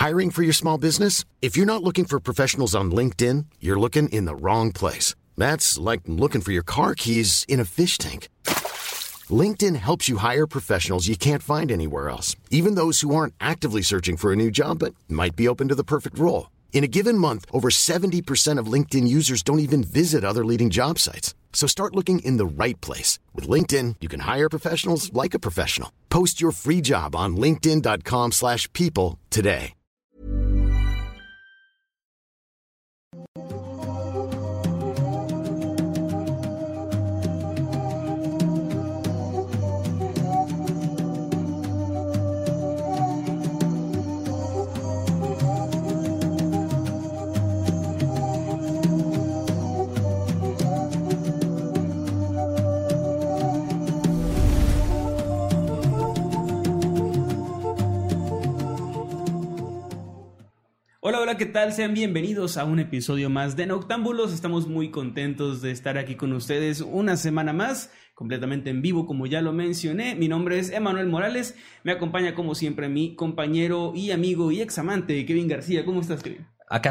Hiring for your small business? If you're not looking for professionals on LinkedIn, you're looking in the wrong place. That's like looking for your car keys in a fish tank. LinkedIn helps you hire professionals you can't find anywhere else, even those who aren't actively searching for a new job but might be open to the perfect role. In a given month, over 70% of LinkedIn users don't even visit other leading job sites. So start looking in the right place. With LinkedIn, you can hire professionals like a professional. Post your free job on linkedin.com/people today. Hola, ¿qué tal? Sean bienvenidos a un episodio más de Noctámbulos. Estamos muy contentos de estar aquí con ustedes una semana más, completamente en vivo, como ya lo mencioné. Mi nombre es Emanuel Morales. Me acompaña, como siempre, mi compañero y amigo y examante, Kevin García. ¿Cómo estás, Kevin?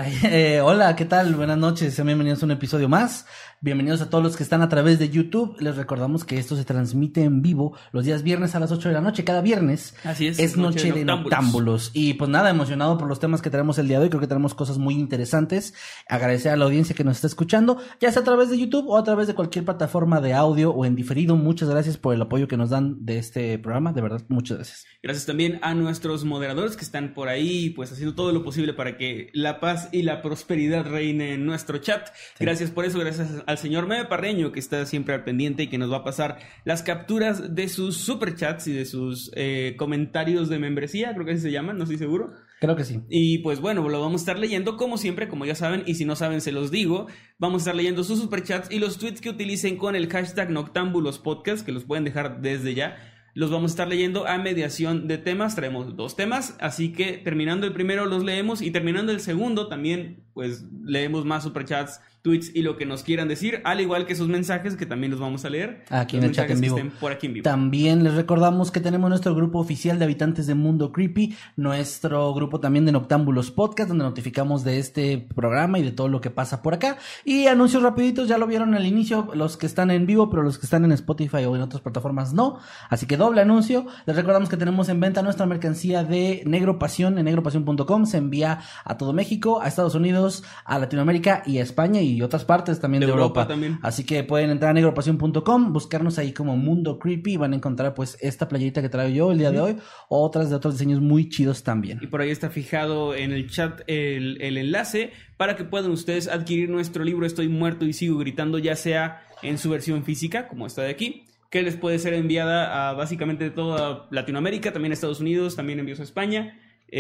Hola, ¿qué tal? Buenas noches, sean bienvenidos a un episodio más. Bienvenidos a todos los que están a través de YouTube. Les recordamos que esto se transmite en vivo los días viernes a las 8 de la noche. Cada viernes Así es noche de Noctámbulos. Y pues nada, emocionado por los temas que tenemos el día de hoy. Creo que tenemos cosas muy interesantes. Agradecer a la audiencia que nos está escuchando, ya sea a través de YouTube o a través de cualquier plataforma de audio o en diferido. Muchas gracias por el apoyo que nos dan de este programa. De verdad, muchas gracias. Gracias también a nuestros moderadores que están por ahí, pues haciendo todo lo posible para que la paz y la prosperidad reine en nuestro chat. Sí. Gracias por eso, gracias al señor Meme Parreño, que está siempre al pendiente y que nos va a pasar las capturas de sus superchats y de sus comentarios de membresía, creo que así se llaman, no estoy seguro. Creo que sí. Y pues bueno, lo vamos a estar leyendo como siempre, como ya saben, y si no saben se los digo, vamos a estar leyendo sus superchats y los tweets que utilicen con el hashtag Noctámbulos Podcast, que los pueden dejar desde ya. Los vamos a estar leyendo a mediación de temas. Traemos 2 temas, así que terminando el primero los leemos y terminando el segundo también pues leemos más superchats, tweets y lo que nos quieran decir, al igual que sus mensajes que también los vamos a leer aquí en el chat en vivo. Por aquí en vivo. También les recordamos que tenemos nuestro grupo oficial de habitantes de Mundo Creepy, nuestro grupo también de Noctámbulos Podcast, donde notificamos de este programa y de todo lo que pasa por acá. Y anuncios rapiditos, ya lo vieron al inicio los que están en vivo, pero los que están en Spotify o en otras plataformas no, así que doble anuncio. Les recordamos que tenemos en venta nuestra mercancía de Negro Pasión en negropasión.com. Se envía a todo México, a Estados Unidos, a Latinoamérica y a España y otras partes también de Europa también. Así que pueden entrar a negropasión.com, buscarnos ahí como Mundo Creepy y van a encontrar pues esta playerita que traigo yo el día de hoy, o otras de otros diseños muy chidos también. Y por ahí está fijado en el chat el enlace para que puedan ustedes adquirir nuestro libro Estoy muerto y sigo gritando, ya sea en su versión física, como esta de aquí, que les puede ser enviada a básicamente toda Latinoamérica, también a Estados Unidos, también envíos a España.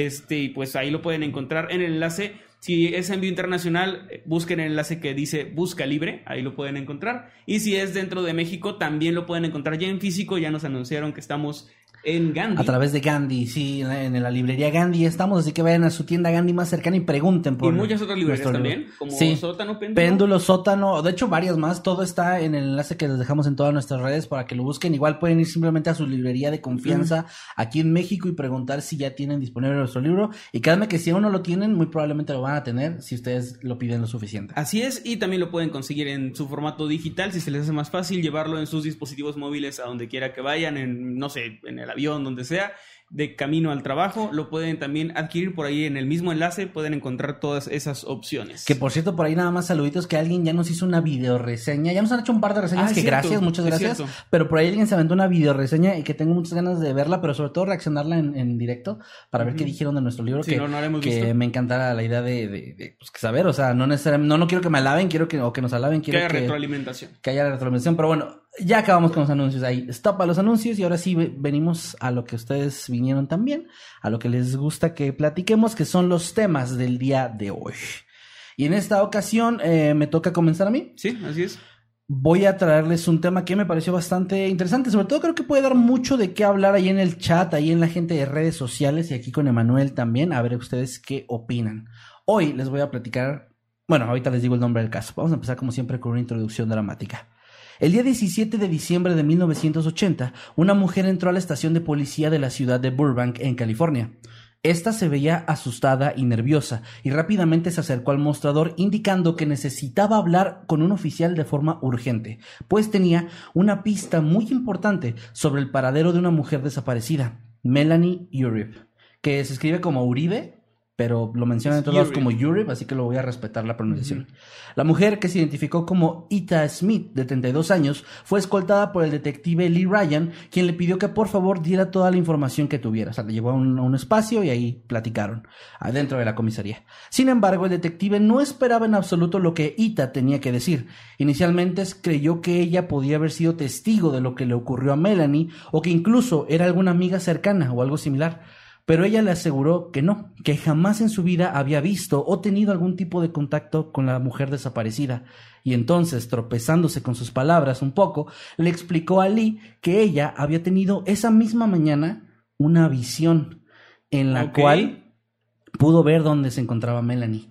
Y pues ahí lo pueden encontrar en el enlace. Si es envío internacional, busquen el enlace que dice Busca Libre, ahí lo pueden encontrar. Y si es dentro de México, también lo pueden encontrar ya en físico. Ya nos anunciaron que estamos en Gandhi. A través de Gandhi, sí, en la librería Gandhi estamos, así que vayan a su tienda Gandhi más cercana y pregunten por. Y muchas otras librerías también, como sí. Sótano, Péndulo, Sótano, de hecho varias más, todo está en el enlace que les dejamos en todas nuestras redes para que lo busquen. Igual pueden ir simplemente a su librería de confianza aquí en México y preguntar si ya tienen disponible nuestro libro, y créanme que si aún no lo tienen, muy probablemente lo van a tener si ustedes lo piden lo suficiente. Así es, y también lo pueden conseguir en su formato digital, si se les hace más fácil llevarlo en sus dispositivos móviles a donde quiera que vayan, en, no sé, en el avión, donde sea, de camino al trabajo. Lo pueden también adquirir por ahí en el mismo enlace, pueden encontrar todas esas opciones. Que por cierto, por ahí nada más saluditos, que alguien ya nos hizo una videoreseña, ya nos han hecho un par de reseñas, que cierto, gracias, muchas gracias, pero por ahí alguien se aventó una videoreseña y que tengo muchas ganas de verla, pero sobre todo reaccionarla en directo para ver qué dijeron de nuestro libro, sí, que me encantara la idea de pues, saber, o sea, no necesariamente, no quiero que me alaben, quiero que nos alaben, quiero que haya retroalimentación. Que haya retroalimentación, pero bueno, ya acabamos con los anuncios ahí. Stop a los anuncios y ahora sí venimos a lo que ustedes vinieron también, a lo que les gusta que platiquemos, que son los temas del día de hoy. Y en esta ocasión me toca comenzar a mí. Sí, así es. Voy a traerles un tema que me pareció bastante interesante. Sobre todo creo que puede dar mucho de qué hablar ahí en el chat, ahí en la gente de redes sociales y aquí con Emanuel también. A ver ustedes qué opinan. Hoy les voy a platicar, bueno, ahorita les digo el nombre del caso. Vamos a empezar como siempre con una introducción dramática. El día 17 de diciembre de 1980, una mujer entró a la estación de policía de la ciudad de Burbank, en California. Esta se veía asustada y nerviosa y rápidamente se acercó al mostrador indicando que necesitaba hablar con un oficial de forma urgente, pues tenía una pista muy importante sobre el paradero de una mujer desaparecida, Melanie Uribe, que se escribe como Uribe, pero lo mencionan en todos lados como Uribe, así que lo voy a respetar la pronunciación. La mujer, que se identificó como Ita Smith, de 32 años, fue escoltada por el detective Lee Ryan, quien le pidió que por favor diera toda la información que tuviera. O sea, le llevó a un espacio y ahí platicaron, adentro de la comisaría. Sin embargo, el detective no esperaba en absoluto lo que Ita tenía que decir. Inicialmente creyó que ella podía haber sido testigo de lo que le ocurrió a Melanie, o que incluso era alguna amiga cercana o algo similar. Pero ella le aseguró que no, que jamás en su vida había visto o tenido algún tipo de contacto con la mujer desaparecida. Y entonces, tropezándose con sus palabras un poco, le explicó a Lee que ella había tenido esa misma mañana una visión en la cual pudo ver dónde se encontraba Melanie.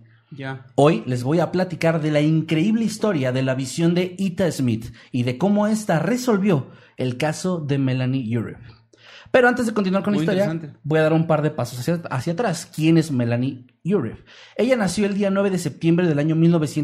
Hoy les voy a platicar de la increíble historia de la visión de Ita Smith y de cómo ésta resolvió el caso de Melanie Uribe. Pero antes de continuar con la historia, voy a dar un par de pasos hacia atrás. ¿Quién es Melanie Uribe? Ella nació el día 9 de septiembre del año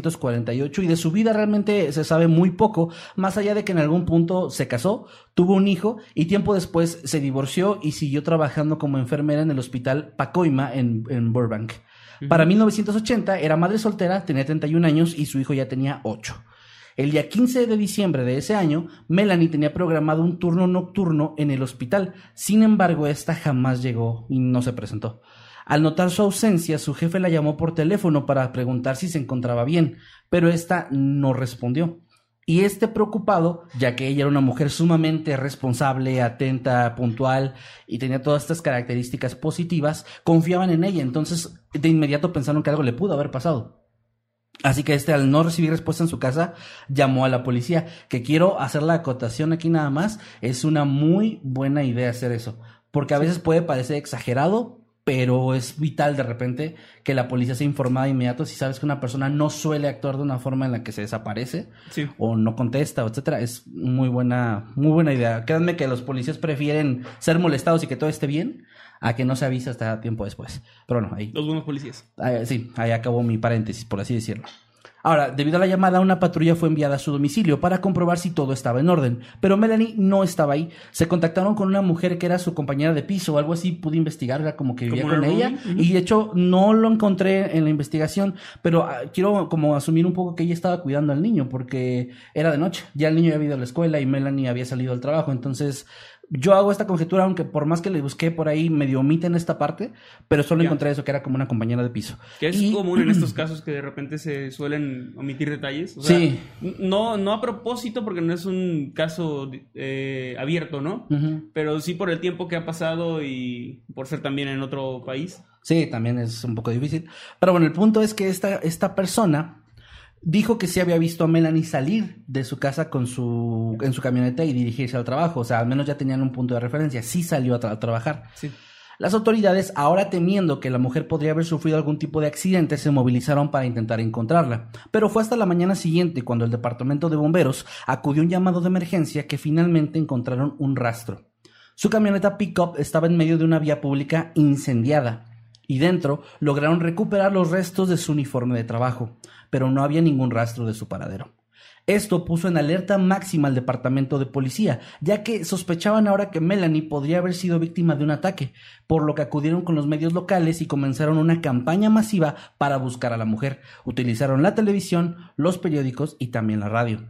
1948 y de su vida realmente se sabe muy poco, más allá de que en algún punto se casó, tuvo un hijo y tiempo después se divorció y siguió trabajando como enfermera en el hospital Pacoima en Burbank. Para 1980 era madre soltera, tenía 31 años y su hijo ya tenía 8. El día 15 de diciembre de ese año, Melanie tenía programado un turno nocturno en el hospital. Sin embargo, esta jamás llegó y no se presentó. Al notar su ausencia, su jefe la llamó por teléfono para preguntar si se encontraba bien, pero esta no respondió. Y preocupado, ya que ella era una mujer sumamente responsable, atenta, puntual y tenía todas estas características positivas, confiaban en ella. Entonces, de inmediato pensaron que algo le pudo haber pasado. Así que al no recibir respuesta en su casa, llamó a la policía. Que quiero hacer la acotación aquí nada más, es una muy buena idea hacer eso, porque a veces puede parecer exagerado, pero es vital de repente que la policía sea informada de inmediato si sabes que una persona no suele actuar de una forma en la que se desaparece o no contesta, etcétera. Es muy buena idea. Créanme que los policías prefieren ser molestados y que todo esté bien a que no se avise hasta tiempo después. Pero bueno, ahí... Los buenos policías. Sí, ahí acabó mi paréntesis, por así decirlo. Ahora, debido a la llamada, una patrulla fue enviada a su domicilio para comprobar si todo estaba en orden, pero Melanie no estaba ahí. Se contactaron con una mujer que era su compañera de piso o algo así, pude investigar, era como que vivía con ella, y de hecho no lo encontré en la investigación, pero quiero como asumir un poco que ella estaba cuidando al niño, porque era de noche, ya el niño había ido a la escuela y Melanie había salido al trabajo, entonces... Yo hago esta conjetura, aunque por más que le busqué por ahí, medio omiten esta parte, pero solo encontré eso, que era como una compañera de piso. Que es común en estos casos que de repente se suelen omitir detalles. O sea, sí. No a propósito, porque no es un caso abierto, ¿no? Pero sí por el tiempo que ha pasado y por ser también en otro país. Sí, también es un poco difícil. Pero bueno, el punto es que esta persona... dijo que sí había visto a Melanie salir de su casa en su camioneta y dirigirse al trabajo. O sea, al menos ya tenían un punto de referencia. Sí salió a trabajar. Sí. Las autoridades, ahora temiendo que la mujer podría haber sufrido algún tipo de accidente, se movilizaron para intentar encontrarla. Pero fue hasta la mañana siguiente cuando el departamento de bomberos acudió a un llamado de emergencia que finalmente encontraron un rastro. Su camioneta pick-up estaba en medio de una vía pública incendiada. Y dentro lograron recuperar los restos de su uniforme de trabajo, pero no había ningún rastro de su paradero. Esto puso en alerta máxima al departamento de policía, ya que sospechaban ahora que Melanie podría haber sido víctima de un ataque, por lo que acudieron con los medios locales y comenzaron una campaña masiva para buscar a la mujer. Utilizaron la televisión, los periódicos y también la radio.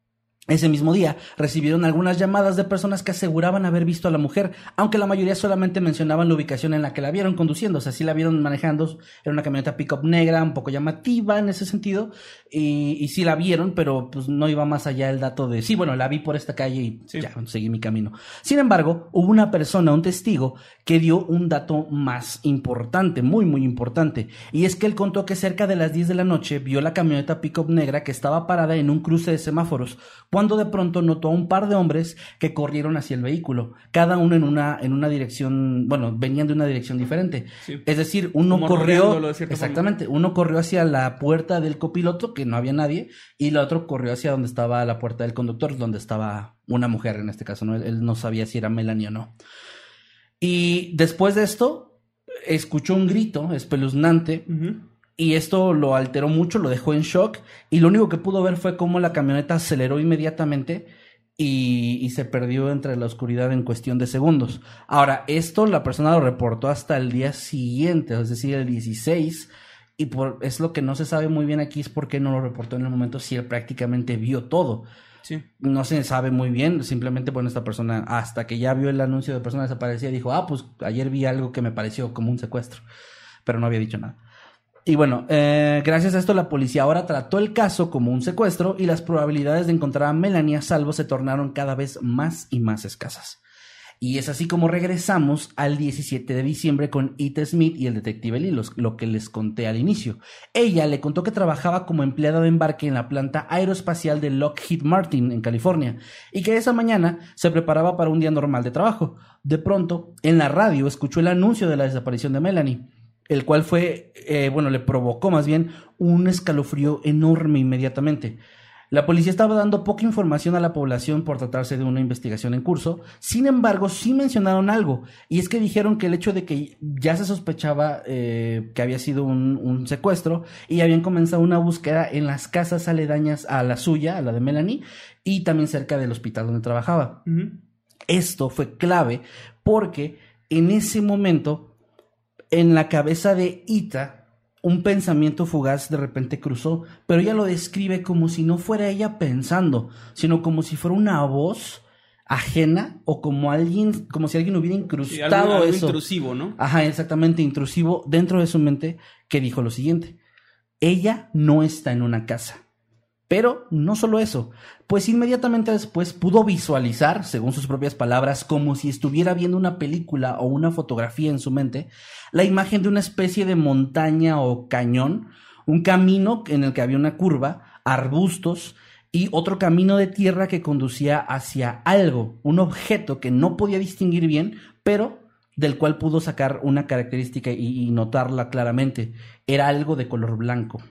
Ese mismo día recibieron algunas llamadas de personas que aseguraban haber visto a la mujer, aunque la mayoría solamente mencionaban la ubicación en la que la vieron conduciendo. O sea, sí la vieron manejando, era una camioneta pick-up negra, un poco llamativa en ese sentido, y sí la vieron, pero pues no iba más allá el dato de, sí, bueno, la vi por esta calle y ya, seguí mi camino. Sin embargo, hubo una persona, un testigo, que dio un dato más importante, muy, muy importante, y es que él contó que cerca de las 10 de la noche vio la camioneta pick-up negra que estaba parada en un cruce de semáforos, cuando de pronto notó a un par de hombres que corrieron hacia el vehículo, cada uno en una dirección, bueno, venían de una dirección diferente. Sí. Es decir, uno como corrió, exactamente, uno corrió hacia la puerta del copiloto, que no había nadie, y el otro corrió hacia donde estaba la puerta del conductor, donde estaba una mujer en este caso, ¿no? Él no sabía si era Melanie o no. Y después de esto, escuchó un grito espeluznante. Y esto lo alteró mucho, lo dejó en shock. Y lo único que pudo ver fue cómo la camioneta aceleró inmediatamente y se perdió entre la oscuridad en cuestión de segundos. Ahora, esto la persona lo reportó hasta el día siguiente, es decir, el 16. Y es lo que no se sabe muy bien aquí, es por qué no lo reportó en el momento si él prácticamente vio todo. Sí. No se sabe muy bien, simplemente bueno, esta persona hasta que ya vio el anuncio de persona desaparecida dijo, pues ayer vi algo que me pareció como un secuestro, pero no había dicho nada. Y bueno, gracias a esto la policía ahora trató el caso como un secuestro y las probabilidades de encontrar a Melanie a salvo se tornaron cada vez más y más escasas. Y es así como regresamos al 17 de diciembre con Ita Smith y el detective Lee, lo que les conté al inicio. Ella le contó que trabajaba como empleada de embarque en la planta aeroespacial de Lockheed Martin en California y que esa mañana se preparaba para un día normal de trabajo. De pronto, en la radio escuchó el anuncio de la desaparición de Melanie, el cual le provocó más bien un escalofrío enorme inmediatamente. La policía estaba dando poca información a la población por tratarse de una investigación en curso. Sin embargo, sí mencionaron algo, y es que dijeron que el hecho de que ya se sospechaba que había sido un secuestro y habían comenzado una búsqueda en las casas aledañas a la suya, a la de Melanie, y también cerca del hospital donde trabajaba. Esto fue clave porque en ese momento, en la cabeza de Ita, un pensamiento fugaz de repente cruzó, pero ella lo describe como si no fuera ella pensando, sino como si fuera una voz ajena o como si alguien hubiera incrustado algo eso. Intrusivo, ¿no? Ajá, exactamente, intrusivo dentro de su mente, que dijo lo siguiente: ella no está en una casa. Pero no solo eso, pues inmediatamente después pudo visualizar, según sus propias palabras, como si estuviera viendo una película o una fotografía en su mente, la imagen de una especie de montaña o cañón, un camino en el que había una curva, arbustos y otro camino de tierra que conducía hacia algo, un objeto que no podía distinguir bien, pero del cual pudo sacar una característica y notarla claramente. Era algo de color blanco.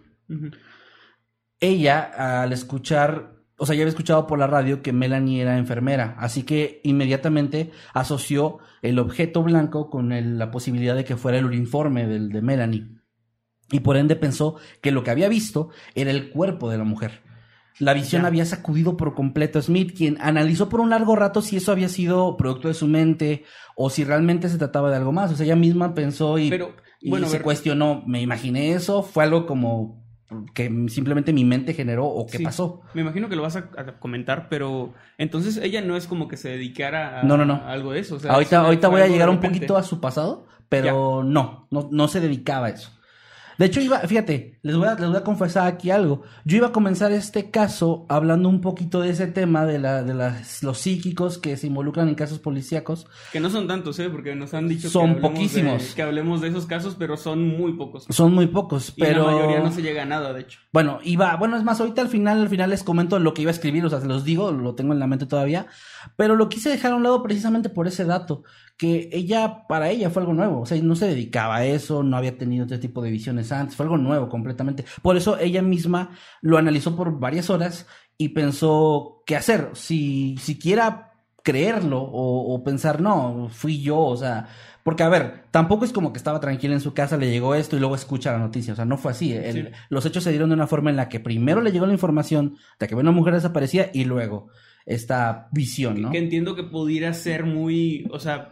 Ella, al escuchar, ya había escuchado por la radio que Melanie era enfermera, así que inmediatamente asoció el objeto blanco con la posibilidad de que fuera el uniforme de Melanie. Y por ende pensó que lo que había visto era el cuerpo de la mujer. La visión había sacudido por completo a Smith, quien analizó por un largo rato si eso había sido producto de su mente o si realmente se trataba de algo más. Ella misma pensó y se cuestionó, ¿me imaginé eso? ¿Fue algo como que simplemente mi mente generó o qué pasó? Me imagino que lo vas a comentar, pero entonces ella no es como que se dedicara a, no. a algo de eso. Ahorita voy a llegar un poquito a su pasado, pero no se dedicaba a eso. De hecho, fíjate, les voy a confesar aquí algo. Yo iba a comenzar este caso hablando un poquito de ese tema de los psíquicos que se involucran en casos policíacos. Que no son tantos, porque nos han dicho son poquísimos. Que hablemos de esos casos, pero son muy pocos. Son muy pocos, pero... Y la mayoría no se llega a nada, de hecho. Bueno, es más, ahorita al final les comento lo que iba a escribir, se los digo, lo tengo en la mente todavía, pero lo quise dejar a un lado precisamente por ese dato, que para ella fue algo nuevo, no se dedicaba a eso, no había tenido este tipo de visiones antes, fue algo nuevo completamente. Por eso ella misma lo analizó por varias horas y pensó qué hacer, si siquiera creerlo o pensar, no, fui yo, porque a ver, tampoco es como que estaba tranquila en su casa, le llegó esto y luego escucha la noticia, no fue así. Los hechos se dieron de una forma en la que primero le llegó la información de que había una mujer desaparecida y luego esta visión, ¿no? Que entiendo que pudiera ser muy,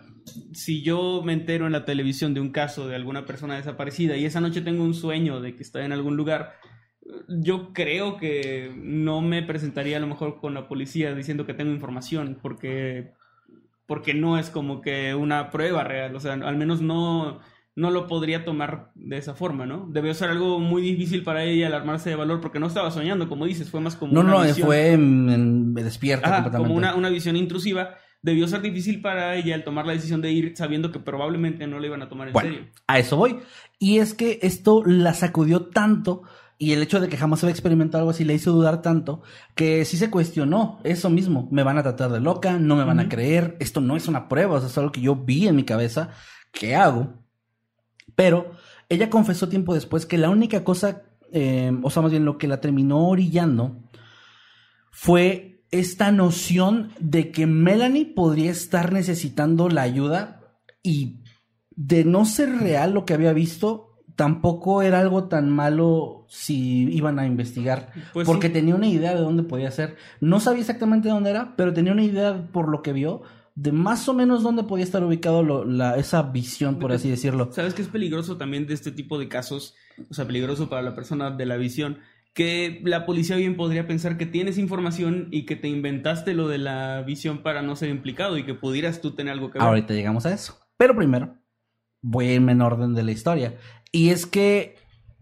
si yo me entero en la televisión de un caso de alguna persona desaparecida y esa noche tengo un sueño de que está en algún lugar, yo creo que no me presentaría a lo mejor con la policía diciendo que tengo información, porque no es como que una prueba real, al menos no lo podría tomar de esa forma, ¿no? Debió ser algo muy difícil para ella el armarse de valor, porque no estaba soñando, como dices, fue más como una visión. Fue despierta completamente. Como una visión intrusiva. Debió ser difícil para ella el tomar la decisión de ir sabiendo que probablemente no le iban a tomar en serio. A eso voy. Y es que esto la sacudió tanto, y el hecho de que jamás había experimentado algo así le hizo dudar tanto, que sí se cuestionó eso mismo. ¿Me van a tratar de loca? ¿No me van a creer? Esto no es una prueba, es algo que yo vi en mi cabeza. ¿Qué hago? Pero ella confesó tiempo después que la única cosa, más bien lo que la terminó orillando, fue esta noción de que Melanie podría estar necesitando la ayuda y de no ser real lo que había visto, tampoco era algo tan malo si iban a investigar, Pues porque sí. tenía una idea de dónde podía ser. No sabía exactamente dónde era, pero tenía una idea por lo que vio de más o menos dónde podía estar ubicado esa visión, por así decirlo. ¿Sabes qué es peligroso también de este tipo de casos? O sea, peligroso para la persona de la visión. Que la policía bien podría pensar que tienes información y que te inventaste lo de la visión para no ser implicado y que pudieras tú tener algo que ver. Ahorita llegamos a eso. Pero primero, voy a irme en orden de la historia. Y es que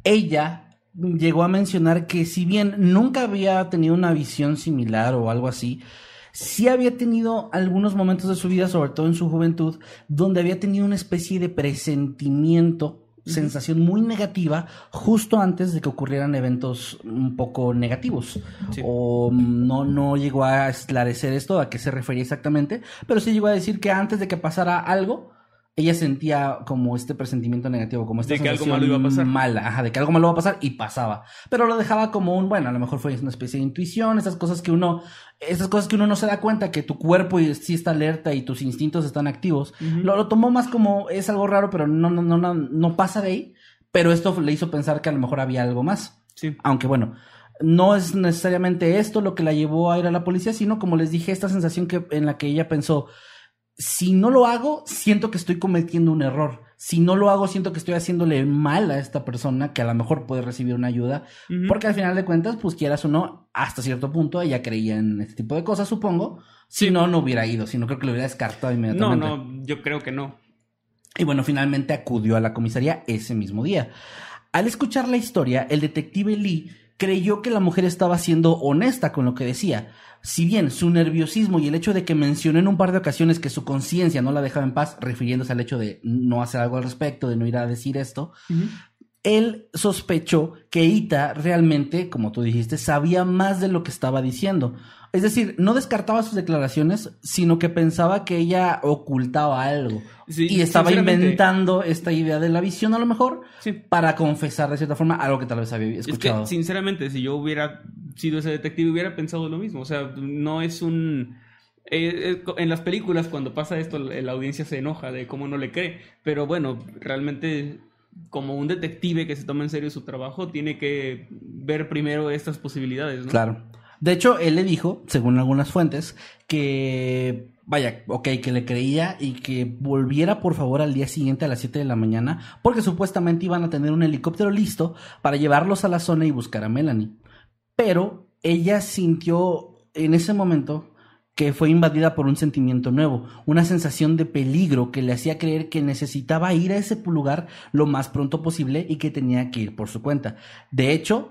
ella llegó a mencionar que si bien nunca había tenido una visión similar o algo así, sí había tenido algunos momentos de su vida, sobre todo en su juventud, donde había tenido una especie de presentimiento, sensación muy negativa, justo antes de que ocurrieran eventos un poco negativos. Sí. O no llegó a esclarecer esto, a qué se refería exactamente, pero sí llegó a decir que antes de que pasara algo, ella sentía como este presentimiento negativo, como esta De que algo sensación malo iba a pasar. mala, de que algo malo iba a pasar, y pasaba. Pero lo dejaba como bueno, a lo mejor fue una especie de intuición, esas cosas que uno no se da cuenta, que tu cuerpo sí está alerta y tus instintos están activos. Lo tomó más como es algo raro, pero no pasa de ahí. Pero esto le hizo pensar que a lo mejor había algo más. Sí. Aunque bueno, no es necesariamente esto lo que la llevó a ir a la policía, sino como les dije, esta sensación en la que ella pensó: si no lo hago, siento que estoy cometiendo un error. Si no lo hago, siento que estoy haciéndole mal a esta persona que a lo mejor puede recibir una ayuda. Porque al final de cuentas, pues quieras o no, hasta cierto punto ella creía en este tipo de cosas, supongo. Si no hubiera ido. Si no, creo que lo hubiera descartado inmediatamente. No, yo creo que no. Y bueno, finalmente acudió a la comisaría ese mismo día. Al escuchar la historia, el detective Lee creyó que la mujer estaba siendo honesta con lo que decía. Si bien su nerviosismo y el hecho de que mencionó en un par de ocasiones que su conciencia no la dejaba en paz, refiriéndose al hecho de no hacer algo al respecto, de no ir a decir esto, él sospechó que Ita realmente, como tú dijiste, sabía más de lo que estaba diciendo. Es decir, no descartaba sus declaraciones, sino que pensaba que ella ocultaba algo. Sí, y estaba sinceramente, inventando esta idea de la visión, a lo mejor, sí, para confesar de cierta forma algo que tal vez había escuchado. Es que, sinceramente, si yo hubiera sido ese detective, hubiera pensado lo mismo. O sea, no es un... en las películas, cuando pasa esto, la audiencia se enoja de cómo no le cree. Pero bueno, realmente, como un detective que se toma en serio su trabajo, tiene que ver primero estas posibilidades, ¿no? Claro. De hecho, él le dijo, según algunas fuentes, que vaya, ok, que le creía y que volviera por favor al día siguiente a las 7 de la mañana, porque supuestamente iban a tener un helicóptero listo para llevarlos a la zona y buscar a Melanie. Pero ella sintió en ese momento que fue invadida por un sentimiento nuevo, una sensación de peligro que le hacía creer que necesitaba ir a ese lugar lo más pronto posible y que tenía que ir por su cuenta. De hecho,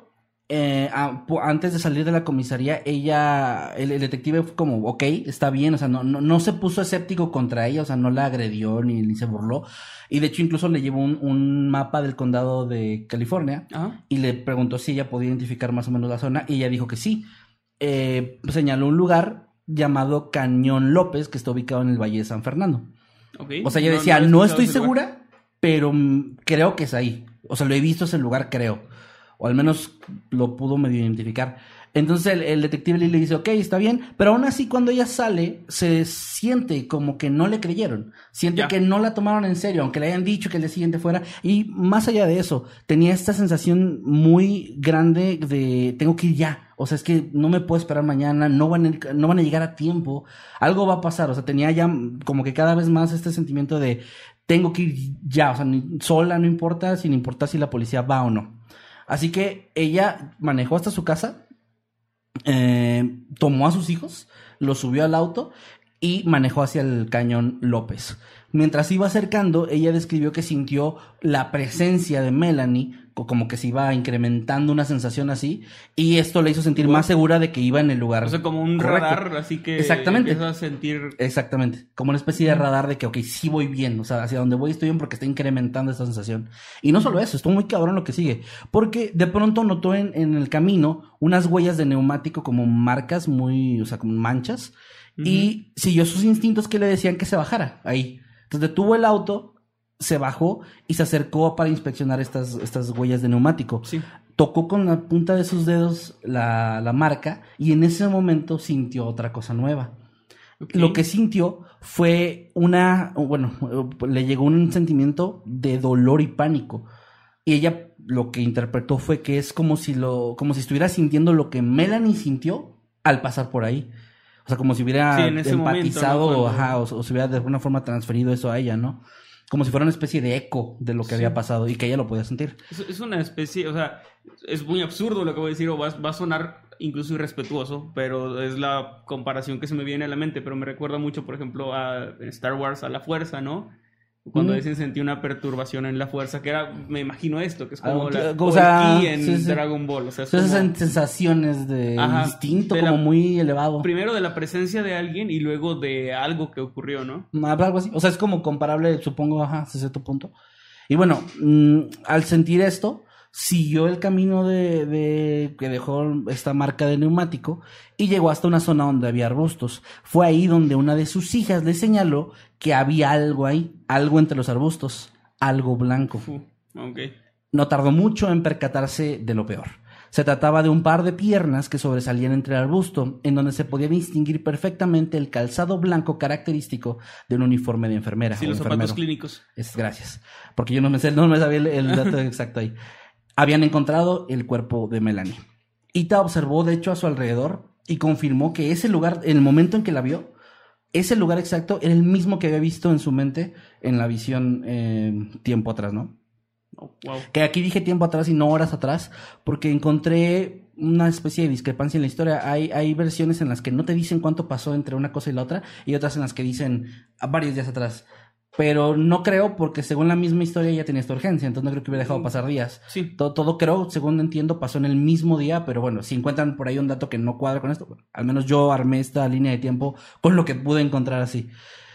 antes de salir de la comisaría, el detective fue como, ok, está bien, o sea, no se puso escéptico contra ella, o sea, no la agredió ni se burló, y de hecho incluso le llevó un mapa del condado de California. Ajá. Y le preguntó si ella podía identificar más o menos la zona, y ella dijo que sí. Señaló un lugar llamado Cañón López, que está ubicado en el Valle de San Fernando. Okay. O sea, ella decía, no estoy segura, lugar, pero creo que es ahí. O sea, lo he visto ese lugar, creo. O al menos lo pudo medio identificar. Entonces el detective le dice, ok, está bien. Pero aún así, cuando ella sale, se siente como que no le creyeron. Siente que no la tomaron en serio, aunque le hayan dicho que el día siguiente fuera. Y más allá de eso, tenía esta sensación muy grande de tengo que ir ya. O sea, es que no me puedo esperar mañana, no van a llegar a tiempo. Algo va a pasar. O sea, tenía ya como que cada vez más este sentimiento de tengo que ir ya. O sea, sola, no importa, sin importar si la policía va o no. Así que ella manejó hasta su casa, tomó a sus hijos, los subió al auto y manejó hacia el Cañón López. Mientras iba acercando, ella describió que sintió la presencia de Melanie, como que se iba incrementando una sensación así, y esto le hizo sentir más segura de que iba en el lugar. O sea, como un correcto. radar, así que exactamente. empieza a sentir... Exactamente, como una especie de radar de que, ok, sí voy bien, o sea, hacia donde voy estoy bien porque está incrementando esta sensación. Y no solo eso, estuvo muy cabrón lo que sigue, porque de pronto notó en el camino unas huellas de neumático como marcas muy, o sea, como manchas, y siguió sus instintos que le decían que se bajara ahí. Entonces detuvo el auto, se bajó y se acercó para inspeccionar estas huellas de neumático. Sí. Tocó con la punta de sus dedos la marca y en ese momento sintió otra cosa nueva. Okay. Lo que sintió fue le llegó un sentimiento de dolor y pánico. Y ella lo que interpretó fue que es como si estuviera sintiendo lo que Melanie sintió al pasar por ahí. O sea, como si hubiera empatizado, momento, ¿no? o se hubiera de alguna forma transferido eso a ella, ¿no? Como si fuera una especie de eco de lo que había pasado y que ella lo podía sentir. Es una especie, o sea, es muy absurdo lo que voy a decir, o va a sonar incluso irrespetuoso, pero es la comparación que se me viene a la mente, pero me recuerda mucho, por ejemplo, a Star Wars, a la fuerza, ¿no? Cuando dicen sentí una perturbación en la fuerza, que era, me imagino esto, que es como el ki en Dragon Ball. O sea, esas sensaciones de instinto como muy elevado. Primero de la presencia de alguien y luego de algo que ocurrió, ¿no? Algo así. O sea, es como comparable, supongo, hasta cierto punto. Y bueno, al sentir esto, siguió el camino de que dejó esta marca de neumático y llegó hasta una zona donde había arbustos. Fue ahí donde una de sus hijas le señaló que había algo ahí, algo entre los arbustos, algo blanco. Okay. No tardó mucho en percatarse de lo peor. Se trataba de un par de piernas que sobresalían entre el arbusto, en donde se podía distinguir perfectamente el calzado blanco característico de un uniforme de enfermera. Sí, los zapatos clínicos. Gracias, porque yo no me sabía el dato exacto ahí. Habían encontrado el cuerpo de Melanie. Ita observó, de hecho, a su alrededor y confirmó que ese lugar, en el momento en que la vio, ese lugar exacto era el mismo que había visto en su mente en la visión tiempo atrás, ¿no? Oh, wow. Que aquí dije tiempo atrás y no horas atrás, porque encontré una especie de discrepancia en la historia. Hay versiones en las que no te dicen cuánto pasó entre una cosa y la otra, y otras en las que dicen varios días atrás. Pero no creo, porque según la misma historia ya tenía esta urgencia, entonces no creo que hubiera dejado pasar días. Sí. Todo creo, según entiendo, pasó en el mismo día, pero bueno, si encuentran por ahí un dato que no cuadra con esto, al menos yo armé esta línea de tiempo con lo que pude encontrar así.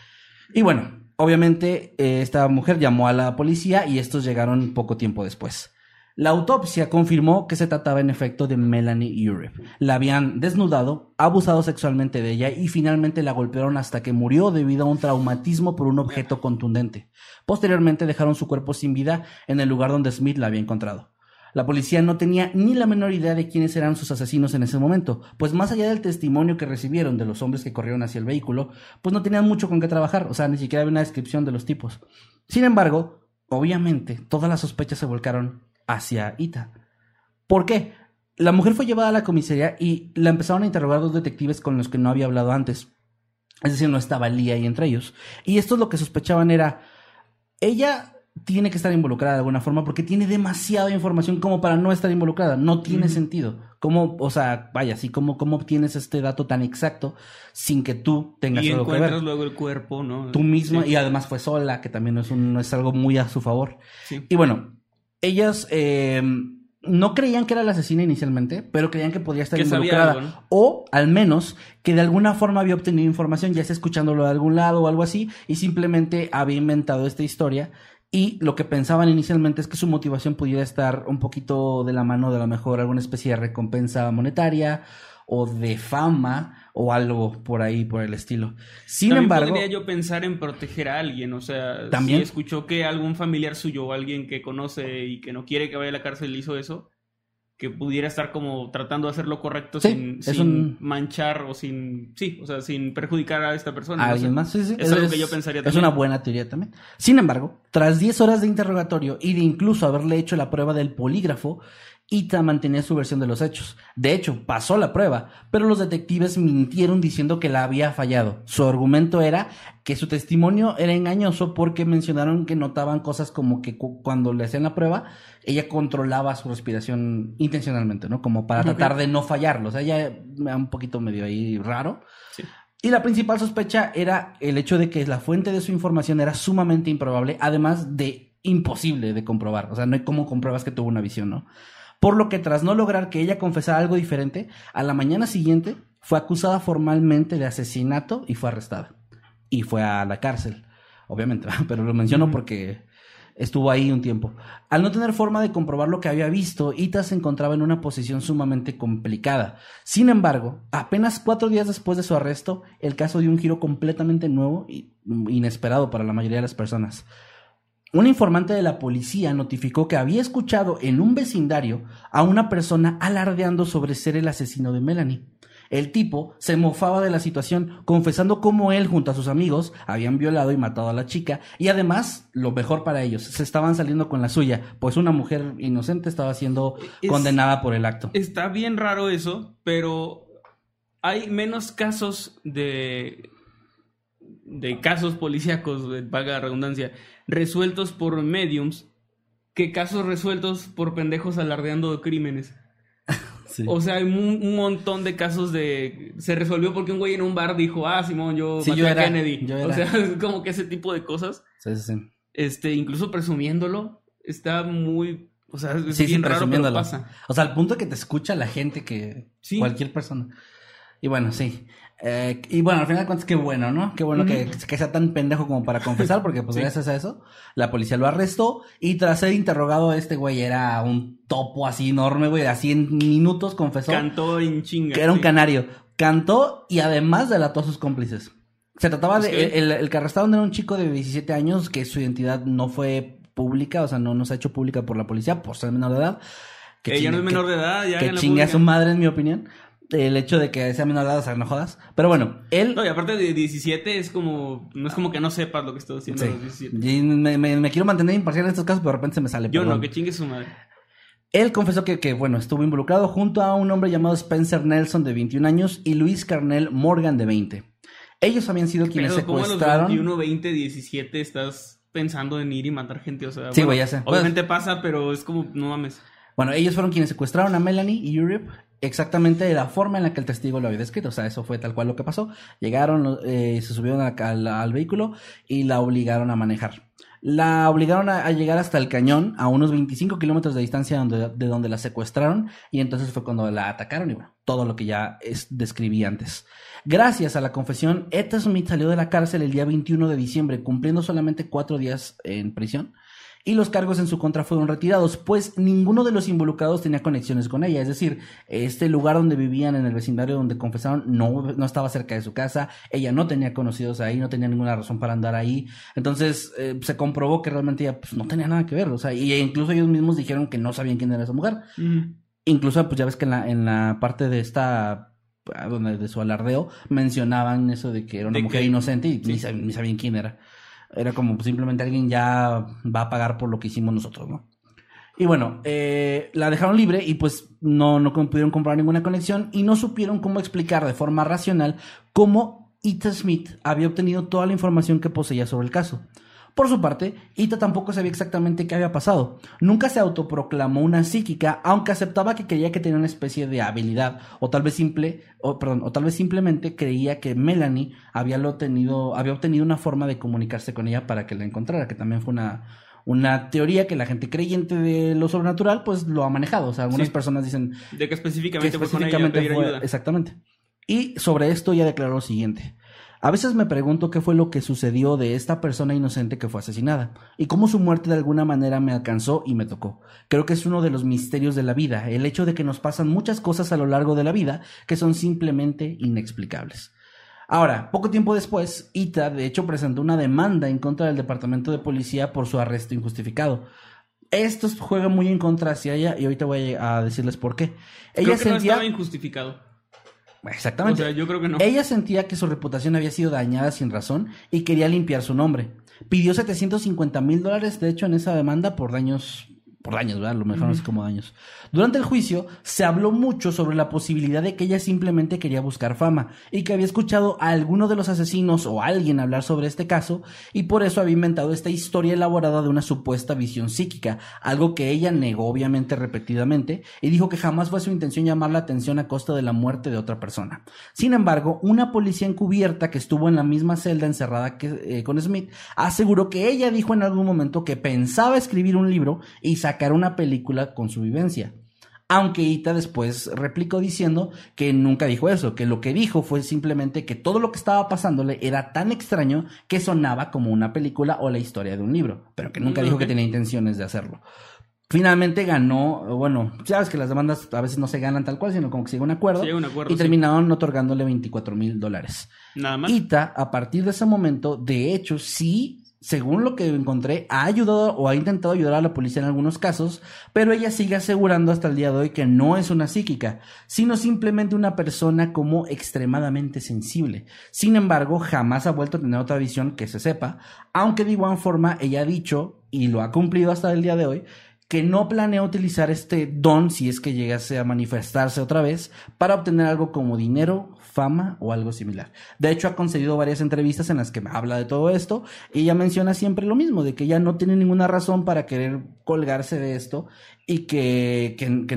Y bueno, obviamente esta mujer llamó a la policía y estos llegaron poco tiempo después. La autopsia confirmó que se trataba en efecto de Melanie Ureb. La habían desnudado, abusado sexualmente de ella y finalmente la golpearon hasta que murió debido a un traumatismo por un objeto contundente. Posteriormente dejaron su cuerpo sin vida en el lugar donde Smith la había encontrado. La policía no tenía ni la menor idea de quiénes eran sus asesinos en ese momento, pues más allá del testimonio que recibieron de los hombres que corrieron hacia el vehículo, pues no tenían mucho con qué trabajar, o sea, ni siquiera había una descripción de los tipos. Sin embargo, obviamente, todas las sospechas se volcaron hacia Ita. ¿Por qué? La mujer fue llevada a la comisaría y la empezaron a interrogar dos detectives con los que no había hablado antes. Es decir, no estaba Lee ahí entre ellos. Y estos lo que sospechaban era, ella tiene que estar involucrada de alguna forma porque tiene demasiada información como para no estar involucrada. No tiene sentido. ¿Cómo, o sea, vaya, sí, cómo obtienes este dato tan exacto sin que tú tengas algo que ver? Y encuentras luego el cuerpo, ¿no? Tú misma, sí. Y además fue sola, que también no es algo muy a su favor. Sí. Y bueno, ellas no creían que era la asesina inicialmente, pero creían que podía estar involucrada. Algo, ¿no? O al menos que de alguna forma había obtenido información, ya sea escuchándolo de algún lado o algo así, y simplemente había inventado esta historia. Y lo que pensaban inicialmente es que su motivación pudiera estar un poquito de la mano de a lo mejor alguna especie de recompensa monetaria o de fama o algo por ahí, por el estilo. Sin embargo, podría yo pensar en proteger a alguien, o sea, ¿también? Si escuchó que algún familiar suyo o alguien que conoce y que no quiere que vaya a la cárcel hizo eso, que pudiera estar como tratando de hacer lo correcto, sí, sin manchar o sin perjudicar a esta persona. ¿A alguien más? Sí. Es algo que yo pensaría también. Es una buena teoría también. Sin embargo, tras 10 horas de interrogatorio y de incluso haberle hecho la prueba del polígrafo, Ita mantenía su versión de los hechos. De hecho, pasó la prueba, pero los detectives mintieron diciendo que la había fallado. Su argumento era que su testimonio era engañoso porque mencionaron que notaban cosas como que cuando le hacían la prueba, ella controlaba su respiración intencionalmente, ¿no? Como para tratar de no fallarlo. O sea, ella me da un poquito medio ahí raro. Sí. Y la principal sospecha era el hecho de que la fuente de su información era sumamente improbable, además de imposible de comprobar. O sea, no hay cómo compruebas que tuvo una visión, ¿no? Por lo que tras no lograr que ella confesara algo diferente, a la mañana siguiente fue acusada formalmente de asesinato y fue arrestada. Y fue a la cárcel, obviamente, pero lo menciono porque estuvo ahí un tiempo. Al no tener forma de comprobar lo que había visto, Ita se encontraba en una posición sumamente complicada. Sin embargo, apenas 4 días después de su arresto, el caso dio un giro completamente nuevo e inesperado para la mayoría de las personas. Un informante de la policía notificó que había escuchado en un vecindario a una persona alardeando sobre ser el asesino de Melanie. El tipo se mofaba de la situación, confesando cómo él junto a sus amigos habían violado y matado a la chica, y además, lo mejor para ellos, se estaban saliendo con la suya, pues una mujer inocente estaba siendo condenada por el acto. Está bien raro eso, pero hay menos casos de casos policíacos, valga la redundancia, resueltos por mediums que casos resueltos por pendejos alardeando de crímenes. Sí. O sea, hay un montón de casos de... Se resolvió porque un güey en un bar dijo, Simón, yo maté a Kennedy. O sea, como que ese tipo de cosas. Sí. Incluso presumiéndolo, está muy... O sea, es bien raro, pero pasa. O sea, al punto que te escucha la gente que... Sí. Cualquier persona. Y bueno, sí. Y bueno, al final de cuentas, qué bueno, ¿no? Qué bueno que sea tan pendejo como para confesar, porque pues gracias a eso, la policía lo arrestó y tras ser interrogado, este güey era un topo así enorme, güey, así en minutos confesó. Cantó en chinga. Que era un canario. Cantó y además delató a sus cómplices. Se trataba de... El que arrestaron era un chico de 17 años que su identidad no fue pública, o sea, no se ha hecho pública por la policía por ser menor de edad. Ella no es menor de edad, ya que chingue a su madre, en mi opinión. El hecho de que sea menor de edad, o sea, no jodas. Pero bueno, él... No, y aparte de 17 es como... No es como que no sepas lo que estoy haciendo a los 17. Y me quiero mantener imparcial en estos casos, pero de repente se me sale. Yo no, que chingue su madre. Él confesó que bueno, estuvo involucrado junto a un hombre llamado Spencer Nelson, de 21 años, y Luis Carnell Morgan, de 20. Ellos habían sido quienes secuestraron... ¿Cómo a los 21, 20, 17 estás pensando en ir y matar gente? O sea, sí, güey, ya sé. Obviamente pasa, pero es como... No mames. Bueno, ellos fueron quienes secuestraron a Melanie y Europe, exactamente de la forma en la que el testigo lo había descrito. O sea, eso fue tal cual lo que pasó. Llegaron, se subieron al vehículo y la obligaron a manejar. La obligaron a llegar hasta el cañón, a unos 25 kilómetros de distancia de donde la secuestraron, y entonces fue cuando la atacaron y bueno, todo lo que ya describí antes. Gracias a la confesión, Etta Smith salió de la cárcel el día 21 de diciembre, cumpliendo solamente 4 días en prisión. Y los cargos en su contra fueron retirados, pues ninguno de los involucrados tenía conexiones con ella. Es decir, este lugar donde vivían, en el vecindario donde confesaron, no estaba cerca de su casa. Ella no tenía conocidos ahí, no tenía ninguna razón para andar ahí. Entonces se comprobó que realmente ella pues, no tenía nada que ver. O sea, y incluso ellos mismos dijeron que no sabían quién era esa mujer. Incluso, pues ya ves que en la parte de esta... de su alardeo, mencionaban eso de que era una mujer inocente y ni sabían quién era. Era como pues, simplemente alguien ya va a pagar por lo que hicimos nosotros, ¿no? Y bueno, la dejaron libre y pues no pudieron comprar ninguna conexión y no supieron cómo explicar de forma racional cómo Etta Smith había obtenido toda la información que poseía sobre el caso. Por su parte, Etta tampoco sabía exactamente qué había pasado. Nunca se autoproclamó una psíquica, aunque aceptaba que creía que tenía una especie de habilidad, o tal vez simplemente creía que Melanie había obtenido una forma de comunicarse con ella para que la encontrara, que también fue una teoría que la gente creyente de lo sobrenatural pues lo ha manejado. O sea, algunas personas dicen de que específicamente fue con ella a pedir ayuda. Exactamente. Y sobre esto ella declaró lo siguiente: a veces me pregunto qué fue lo que sucedió de esta persona inocente que fue asesinada y cómo su muerte de alguna manera me alcanzó y me tocó. Creo que es uno de los misterios de la vida, el hecho de que nos pasan muchas cosas a lo largo de la vida que son simplemente inexplicables. Ahora, poco tiempo después, Etta de hecho presentó una demanda en contra del departamento de policía por su arresto injustificado. Esto juega muy en contra hacia ella y ahorita voy a decirles por qué. Creo que no estaba injustificado. Exactamente. O sea, yo creo que no. Ella sentía que su reputación había sido dañada sin razón y quería limpiar su nombre. Pidió $750,000, de hecho, en esa demanda por daños, ¿verdad? Lo mejor no sé cómo daños. Durante el juicio se habló mucho sobre la posibilidad de que ella simplemente quería buscar fama y que había escuchado a alguno de los asesinos o a alguien hablar sobre este caso y por eso había inventado esta historia elaborada de una supuesta visión psíquica, algo que ella negó obviamente repetidamente y dijo que jamás fue su intención llamar la atención a costa de la muerte de otra persona. Sin embargo, una policía encubierta que estuvo en la misma celda encerrada con Smith aseguró que ella dijo en algún momento que pensaba escribir un libro y sacar una película con su vivencia. Aunque Etta después replicó diciendo que nunca dijo eso, que lo que dijo fue simplemente que todo lo que estaba pasándole era tan extraño que sonaba como una película o la historia de un libro, pero que nunca dijo que tenía intenciones de hacerlo. Finalmente ganó, bueno, sabes que las demandas a veces no se ganan tal cual, sino como que se llega a un acuerdo, y terminaron otorgándole $24,000. Nada más. Etta, a partir de ese momento, de hecho, sí según lo que encontré, ha ayudado o ha intentado ayudar a la policía en algunos casos, pero ella sigue asegurando hasta el día de hoy que no es una psíquica, sino simplemente una persona como extremadamente sensible. Sin embargo, jamás ha vuelto a tener otra visión que se sepa, aunque de igual forma ella ha dicho, y lo ha cumplido hasta el día de hoy, que no planea utilizar este don, si es que llegase a manifestarse otra vez, para obtener algo como dinero, fama o algo similar. De hecho, ha concedido varias entrevistas en las que habla de todo esto, y ella menciona siempre lo mismo, de que ella no tiene ninguna razón para querer colgarse de esto, y que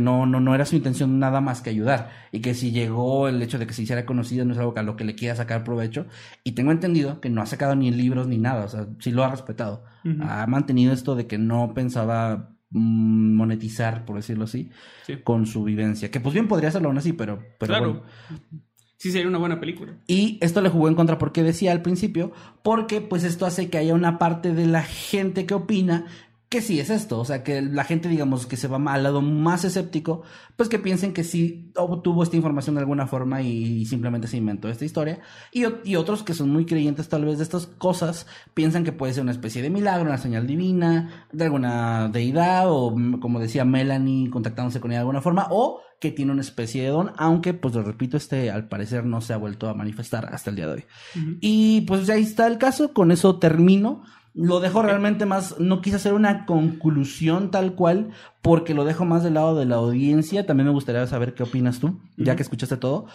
no era su intención nada más que ayudar, y que si llegó el hecho de que se hiciera conocida no es algo a lo que le quiera sacar provecho, y tengo entendido que no ha sacado ni libros ni nada, o sea, sí lo ha respetado. Uh-huh. Ha mantenido esto de que no pensaba monetizar, por decirlo así, sí, con su vivencia, que pues bien podría hacerlo aún así, pero claro, bueno. Sí sería una buena película. Y esto le jugó en contra, porque decía al principio, porque pues esto hace que haya una parte de la gente que opina que sí es esto, o sea, que la gente, digamos, que se va al lado más escéptico, pues que piensen que sí obtuvo esta información de alguna forma y simplemente se inventó esta historia, y otros que son muy creyentes tal vez de estas cosas, piensan que puede ser una especie de milagro, una señal divina, de alguna deidad, o como decía Melanie, contactándose con ella de alguna forma, o que tiene una especie de don, aunque, pues lo repito, al parecer no se ha vuelto a manifestar hasta el día de hoy. Uh-huh. Y pues ahí está el caso, con eso termino. Lo dejo realmente más, no quise hacer una conclusión tal cual, porque lo dejo más del lado de la audiencia. También me gustaría saber qué opinas tú, ya que escuchaste todo.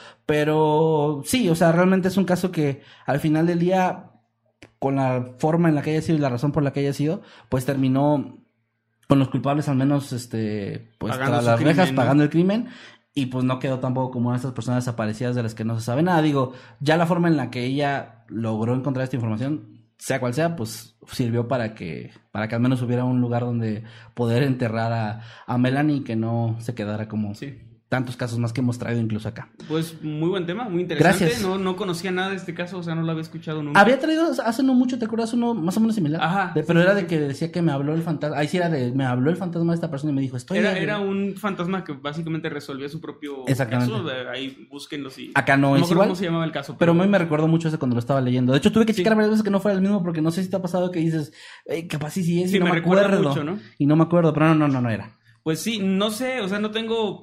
Pero sí, o sea, realmente es un caso que al final del día, con la forma en la que haya sido y la razón por la que haya sido, pues terminó con los culpables al menos, pues tras las rejas, ¿no? Pagando el crimen. Y pues no quedó tampoco como una de estas personas desaparecidas de las que no se sabe nada. Digo, ya la forma en la que ella logró encontrar esta información, sea cual sea, pues sirvió para que al menos hubiera un lugar donde poder enterrar a Melanie y que no se quedara como tantos casos más que hemos traído incluso acá. Pues muy buen tema, muy interesante. Gracias. No conocía nada de este caso, o sea, no lo había escuchado nunca. Había traído hace no mucho, ¿te acuerdas? Uno más o menos similar. Ajá. Pero era de que decía que me habló el fantasma. Ahí sí era me habló el fantasma de esta persona y me dijo, Era un fantasma que básicamente resolvía su propio Exactamente. caso. Ahí búsquenlo si... Acá no es igual. ¿Cómo se llamaba el caso? Pero a mí me recordó mucho ese cuando lo estaba leyendo. De hecho, tuve que checar varias veces que no fuera el mismo, porque no sé si te ha pasado que dices, capaz sí es, y no me acuerdo. Mucho, ¿no? Y no me acuerdo, pero no era. Pues sí, no sé, o sea, no tengo...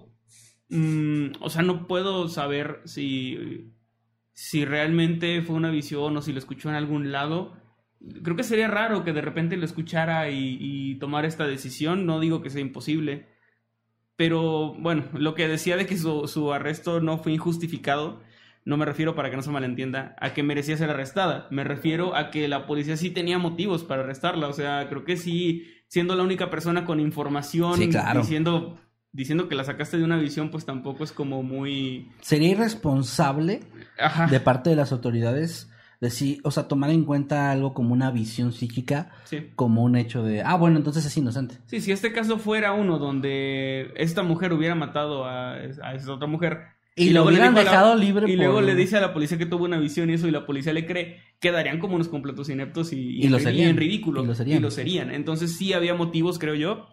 o sea, no puedo saber si realmente fue una visión o si lo escuchó en algún lado. Creo que sería raro que de repente lo escuchara y tomara esta decisión. No digo que sea imposible, pero bueno, lo que decía de que su arresto no fue injustificado, no me refiero, para que no se malentienda, a que merecía ser arrestada. Me refiero a que la policía sí tenía motivos para arrestarla. O sea, creo que sí, siendo la única persona con información, sí, claro, diciendo que la sacaste de una visión, pues tampoco es como muy... Sería irresponsable de parte de las autoridades decir, o sea, tomar en cuenta algo como una visión psíquica, como un hecho de, bueno, entonces es inocente. Sí, si este caso fuera uno donde esta mujer hubiera matado a esa otra mujer... Y lo hubieran dejado libre. Y luego le dice a la policía que tuvo una visión y eso, y la policía le cree, quedarían como unos completos ineptos y lo serían. En ridículo. Y lo serían. Entonces sí había motivos, creo yo.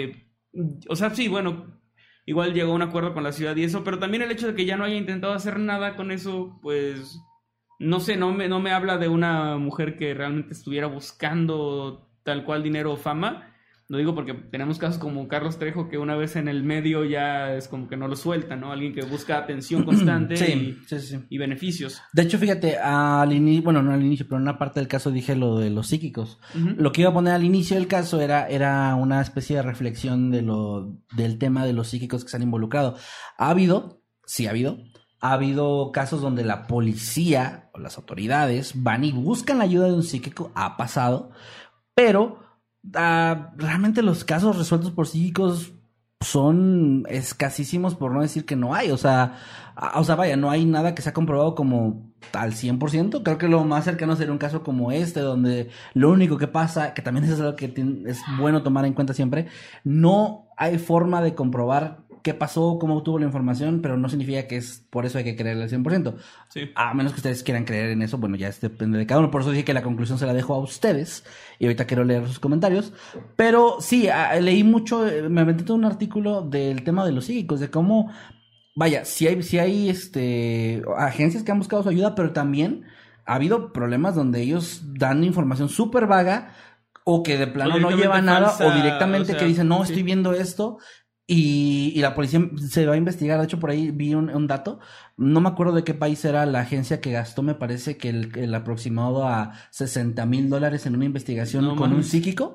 O sea, sí, bueno, igual llegó a un acuerdo con la ciudad y eso, pero también el hecho de que ya no haya intentado hacer nada con eso, pues, no sé, no me habla de una mujer que realmente estuviera buscando tal cual dinero o fama. Lo digo porque tenemos casos como Carlos Trejo, que una vez en el medio ya es como que no lo suelta, ¿no? Alguien que busca atención constante y beneficios. De hecho, fíjate, al inicio, bueno, no al inicio, pero en una parte del caso dije lo de los psíquicos. Uh-huh. Lo que iba a poner al inicio del caso era una especie de reflexión del tema de los psíquicos que se han involucrado. Ha habido casos donde la policía o las autoridades van y buscan la ayuda de un psíquico, ha pasado, pero... realmente los casos resueltos por psíquicos son escasísimos, por no decir que no hay. O sea, vaya, no hay nada que se ha comprobado como al 100%. Creo que lo más cercano sería un caso como este, donde lo único que pasa, que también es algo que es bueno tomar en cuenta siempre, no hay forma de comprobar qué pasó, cómo obtuvo la información, pero no significa que es por eso hay que creerle al 100%. Sí. A menos que ustedes quieran creer en eso, bueno, ya depende de cada uno. Por eso dije que la conclusión se la dejo a ustedes. Y ahorita quiero leer sus comentarios. Pero sí, leí mucho, me aventé todo un artículo del tema de los psíquicos, de cómo, vaya, si hay agencias que han buscado su ayuda, pero también ha habido problemas donde ellos dan información súper vaga o que de plano no lleva nada falsa, o directamente que dicen, no, sí. estoy viendo esto y la policía se va a investigar. De hecho, por ahí vi un dato, no me acuerdo de qué país era la agencia que gastó, me parece que el aproximado a $60,000 en una investigación No con un mames. psíquico.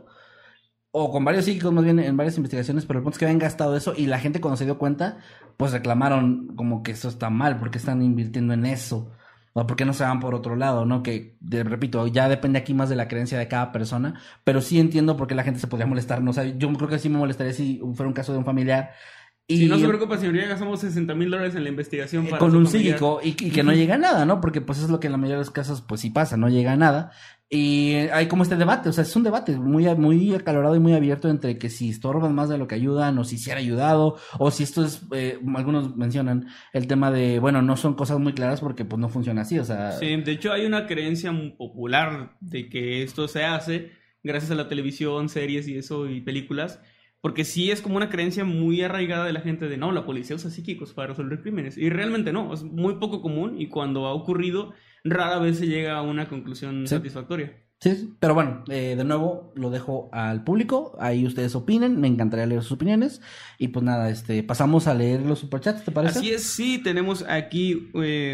O con varios psíquicos, más bien en varias investigaciones, pero el punto es que habían gastado eso y la gente cuando se dio cuenta, pues reclamaron como que eso está mal, porque están invirtiendo en eso, o porque no se van por otro lado, ¿no? Que, repito, ya depende aquí más de la creencia de cada persona, pero sí entiendo por qué la gente se podría molestar, ¿no? O sea, yo creo que sí me molestaría si fuera un caso de un familiar. Y Si no se preocupa, señoría, gastamos $60,000 en la investigación para con su un familiar. psíquico y que no llega a nada, ¿no? Porque pues es lo que en la mayoría de los casos pues sí pasa, no llega a nada. Y hay como este debate, o sea, es un debate muy acalorado y muy abierto entre que si estorban más de lo que ayudan o si se han ayudado o si esto es, algunos mencionan el tema de, bueno, no son cosas muy claras porque pues no funciona así, o sea... Sí, de hecho hay una creencia muy popular de que esto se hace gracias a la televisión, series y eso y películas, porque sí es como una creencia muy arraigada de la gente de no, la policía usa psíquicos para resolver crímenes y realmente no, es muy poco común y cuando ha ocurrido rara vez se llega a una conclusión satisfactoria. Sí, pero bueno, de nuevo lo dejo al público, ahí ustedes opinen, me encantaría leer sus opiniones y pues nada, pasamos a leer los superchats, ¿te parece? Así es, sí, tenemos aquí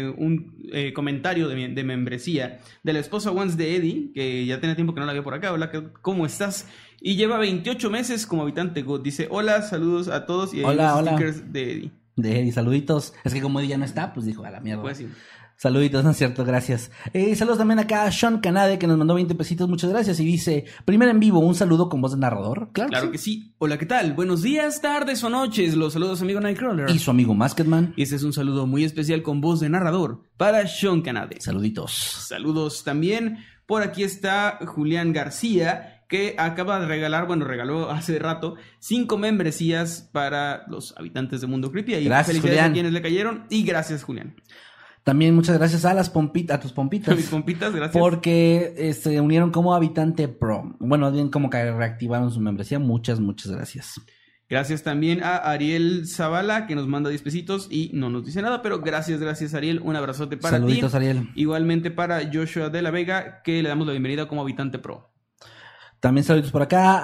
un comentario de membresía de la esposa once de Eddie, que ya tenía tiempo que no la veo por acá. Hola, ¿cómo estás? Y lleva 28 meses como habitante God. Dice, hola, saludos a todos y hay Hola, unos hola. stickers de Eddie. De Eddie, saluditos, es que como Eddie ya no está, pues dijo, a la mierda. Pues sí. Saluditos, ¿no es cierto? Gracias. Saludos también acá a Sean Canade, que nos mandó 20 pesitos, muchas gracias. Y dice, primero en vivo, un saludo con voz de narrador. Claro que sí. Hola, ¿qué tal? Buenos días, tardes o noches. Los saludos, amigo Nightcrawler. Y su amigo Masketman. Y este es un saludo muy especial con voz de narrador para Sean Canade. Saluditos. Saludos también. Por aquí está Julián García, que acaba de regaló hace rato 5 membresías para los habitantes de Mundo Creepy. Y gracias, felicidades Julián. a quienes le cayeron. Y gracias, Julián. También muchas gracias a las pompitas, a tus A pompitas. mis pompitas, gracias. Porque se unieron como habitante pro. Bueno, bien como que reactivaron su membresía. Muchas gracias. Gracias también a Ariel Zavala, que nos manda 10 pesitos y no nos dice nada, pero gracias, Ariel. Un abrazote para Saluditos, ti. Ariel. Igualmente para Joshua de la Vega, que le damos la bienvenida como habitante pro. También saludos por acá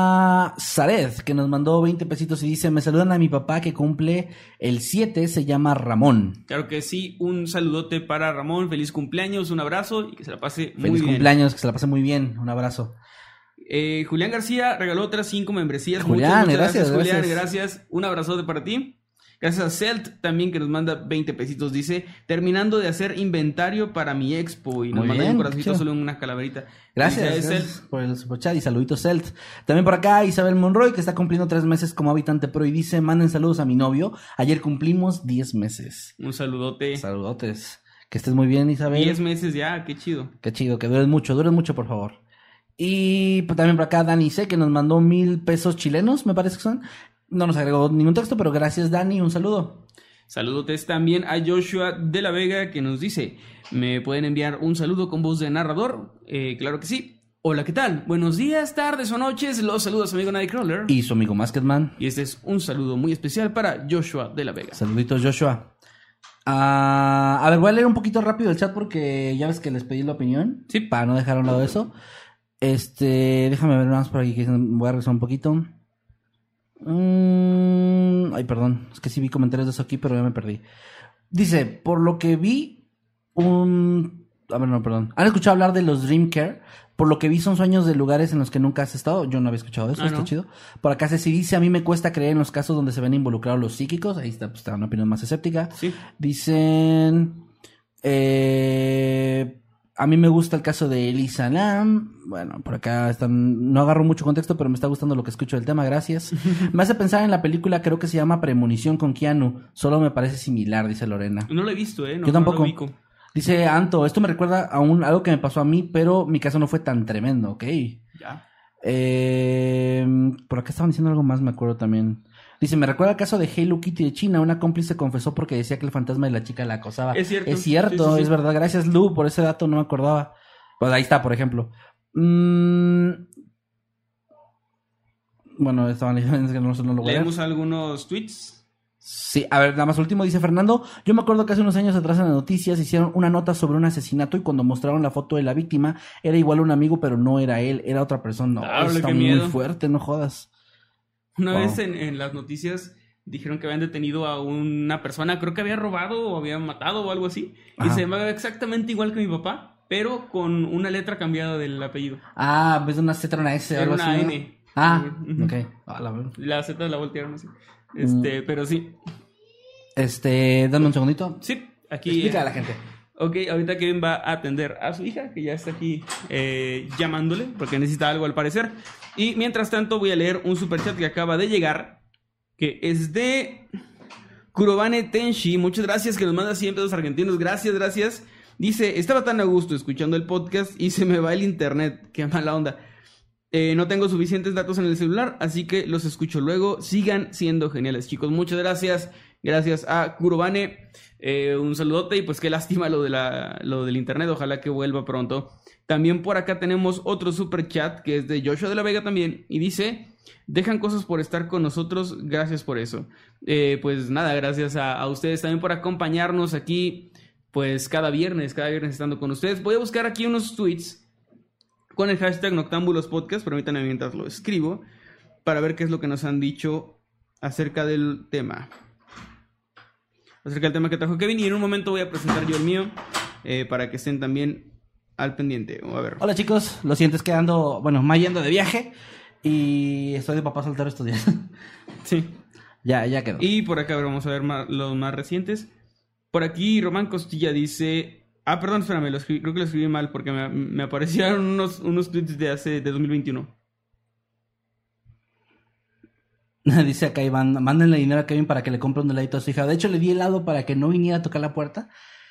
a Zared, que nos mandó 20 pesitos y dice, me saludan a mi papá que cumple el 7, se llama Ramón. Claro que sí, un saludote para Ramón, feliz cumpleaños, un abrazo y que se la pase muy bien. Feliz cumpleaños, que se la pase muy bien, un abrazo. Julián García regaló otras 5 membresías. Julián, muchas gracias, Julián, gracias. gracias. Un abrazote para ti. Gracias a Celt también que nos manda 20 pesitos. Dice, terminando de hacer inventario para mi expo. Y nos Muy manda bien, un corazoncito chido. solo en una calaverita. Gracias, Felicidades, gracias por el superchat y saluditos Celt. También por acá Isabel Monroy, que está cumpliendo 3 meses como habitante pro y dice, manden saludos a mi novio. Ayer cumplimos 10 meses. Un saludote. Saludotes. Que estés muy bien, Isabel. 10 meses ya, qué chido. Qué chido, que dures mucho, por favor. Y pues, también por acá Dani C, que nos mandó 1,000 pesos chilenos, me parece que son. No nos agregó ningún texto, pero gracias Dani, un saludo. Saludotes también a Joshua de la Vega, que nos dice, ¿me pueden enviar un saludo con voz de narrador? Claro que sí. Hola, ¿qué tal? Buenos días, tardes o noches. Los saludos, amigo Nightcrawler. Y su amigo Masketman. Y este es un saludo muy especial para Joshua de la Vega. Saluditos, Joshua. A ver, voy a leer un poquito rápido el chat porque ya ves que les pedí la opinión. Sí. Para no dejar a un lado eso. Déjame ver más por aquí, que voy a regresar un poquito. Ay, perdón. Es que sí vi comentarios de eso aquí, pero ya me perdí. Dice, por lo que vi, A ver, no, perdón. ¿Han escuchado hablar de los Dream Care? Por lo que vi son sueños de lugares en los que nunca has estado. Yo no había escuchado eso, está no. chido. Por acá se dice, a mí me cuesta creer en los casos donde se ven involucrados los psíquicos. Ahí está, pues, está una opinión más escéptica. Sí. Dicen... a mí me gusta el caso de Elisa Lam. Bueno, por acá están... No agarro mucho contexto, pero me está gustando lo que escucho del tema, gracias. Me hace pensar en la película, creo que se llama Premonición con Keanu. Solo me parece similar, dice Lorena. No lo he visto, ¿eh? No, Yo tampoco. No lo ubico. Dice Anto, esto me recuerda a algo que me pasó a mí, pero mi caso no fue tan tremendo, ok. Ya. Por acá estaban diciendo algo más, me acuerdo también. Dice, me recuerda el caso de Hello Kitty de China. Una cómplice confesó porque decía que el fantasma de la chica la acosaba. Es cierto. Es cierto, Sí, sí, sí. es verdad. Gracias, Lu, por ese dato, no me acordaba. Pues ahí está, por ejemplo. Bueno, estaban diciendo que no lo voy a leer. Leemos algunos tweets. Sí, a ver, nada más último, dice Fernando. Yo me acuerdo que hace unos años atrás en las noticias hicieron una nota sobre un asesinato y cuando mostraron la foto de la víctima era igual un amigo, pero no era él, era otra persona. No, está muy fuerte, no jodas. Una vez en las noticias dijeron que habían detenido a una persona, creo que había robado o había matado o algo así. Ajá. Y se llamaba exactamente igual que mi papá, pero con una letra cambiada del apellido. Ah, en vez de una Z era una S o algo así. Era una N. Ah, ok. La Z la voltearon así. Pero sí. Dame un segundito. Sí, aquí. Explica a la gente. Ok, ahorita Kevin va a atender a su hija, que ya está aquí llamándole, porque necesita algo al parecer. Y mientras tanto voy a leer un superchat que acaba de llegar, que es de Kurobane Tenshi. Muchas gracias, que nos manda siempre los argentinos. Gracias. Dice, estaba tan a gusto escuchando el podcast y se me va el internet. Qué mala onda. No tengo suficientes datos en el celular, así que los escucho luego. Sigan siendo geniales, chicos. Muchas gracias. Gracias a Kurobane. Un saludote y pues qué lástima lo del internet. Ojalá que vuelva pronto. También por acá tenemos otro super chat que es de Joshua de la Vega también. Y dice, dejan cosas por estar con nosotros. Gracias por eso. Pues nada, gracias a ustedes también por acompañarnos aquí. Pues cada viernes estando con ustedes. Voy a buscar aquí unos tweets con el hashtag Noctámbulos Podcast, permítanme mientras lo escribo, para ver qué es lo que nos han dicho acerca del tema. Acerca del tema que trajo Kevin, y en un momento voy a presentar yo el mío, para que estén también al pendiente. A ver. Hola chicos, lo siento, es que ando, más yendo de viaje, y estoy de papá soltero estos días. Sí. Ya quedó. Y por acá vamos a ver los más recientes. Por aquí Román Costilla dice... Ah, perdón, espérame, creo que lo escribí mal porque me aparecieron unos tweets de 2021. Dice acá Iván, mándenle dinero a Kevin para que le compre un heladito a su hija. De hecho, le di helado para que no viniera a tocar la puerta.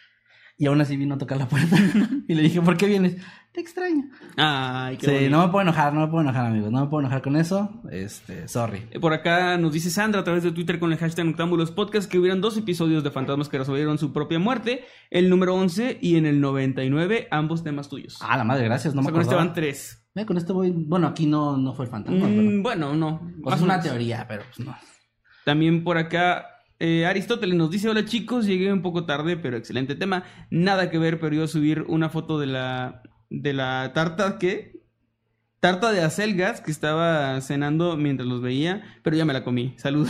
Y aún así vino a tocar la puerta. Y le dije, ¿por qué vienes? Te extraño. Ay, qué sí, bonito. no me puedo enojar, amigos. No me puedo enojar con eso. Sorry. Por acá nos dice Sandra a través de Twitter con el hashtag Noctámbulos Podcast que hubieran 2 episodios de fantasmas que resolvieron su propia muerte. El número 11 y en el 99, ambos temas tuyos. Ah, la madre, gracias. No me acordaba. Con este van 3. Con este voy... Bueno, aquí no fue el fantasma. Bueno, no. Es una teoría, pero pues no. También por acá... Aristóteles nos dice, hola chicos, llegué un poco tarde, pero excelente tema. Nada que ver, pero iba a subir una foto de la tarta, ¿qué? Tarta de acelgas que estaba cenando mientras los veía, pero ya me la comí. Saludos.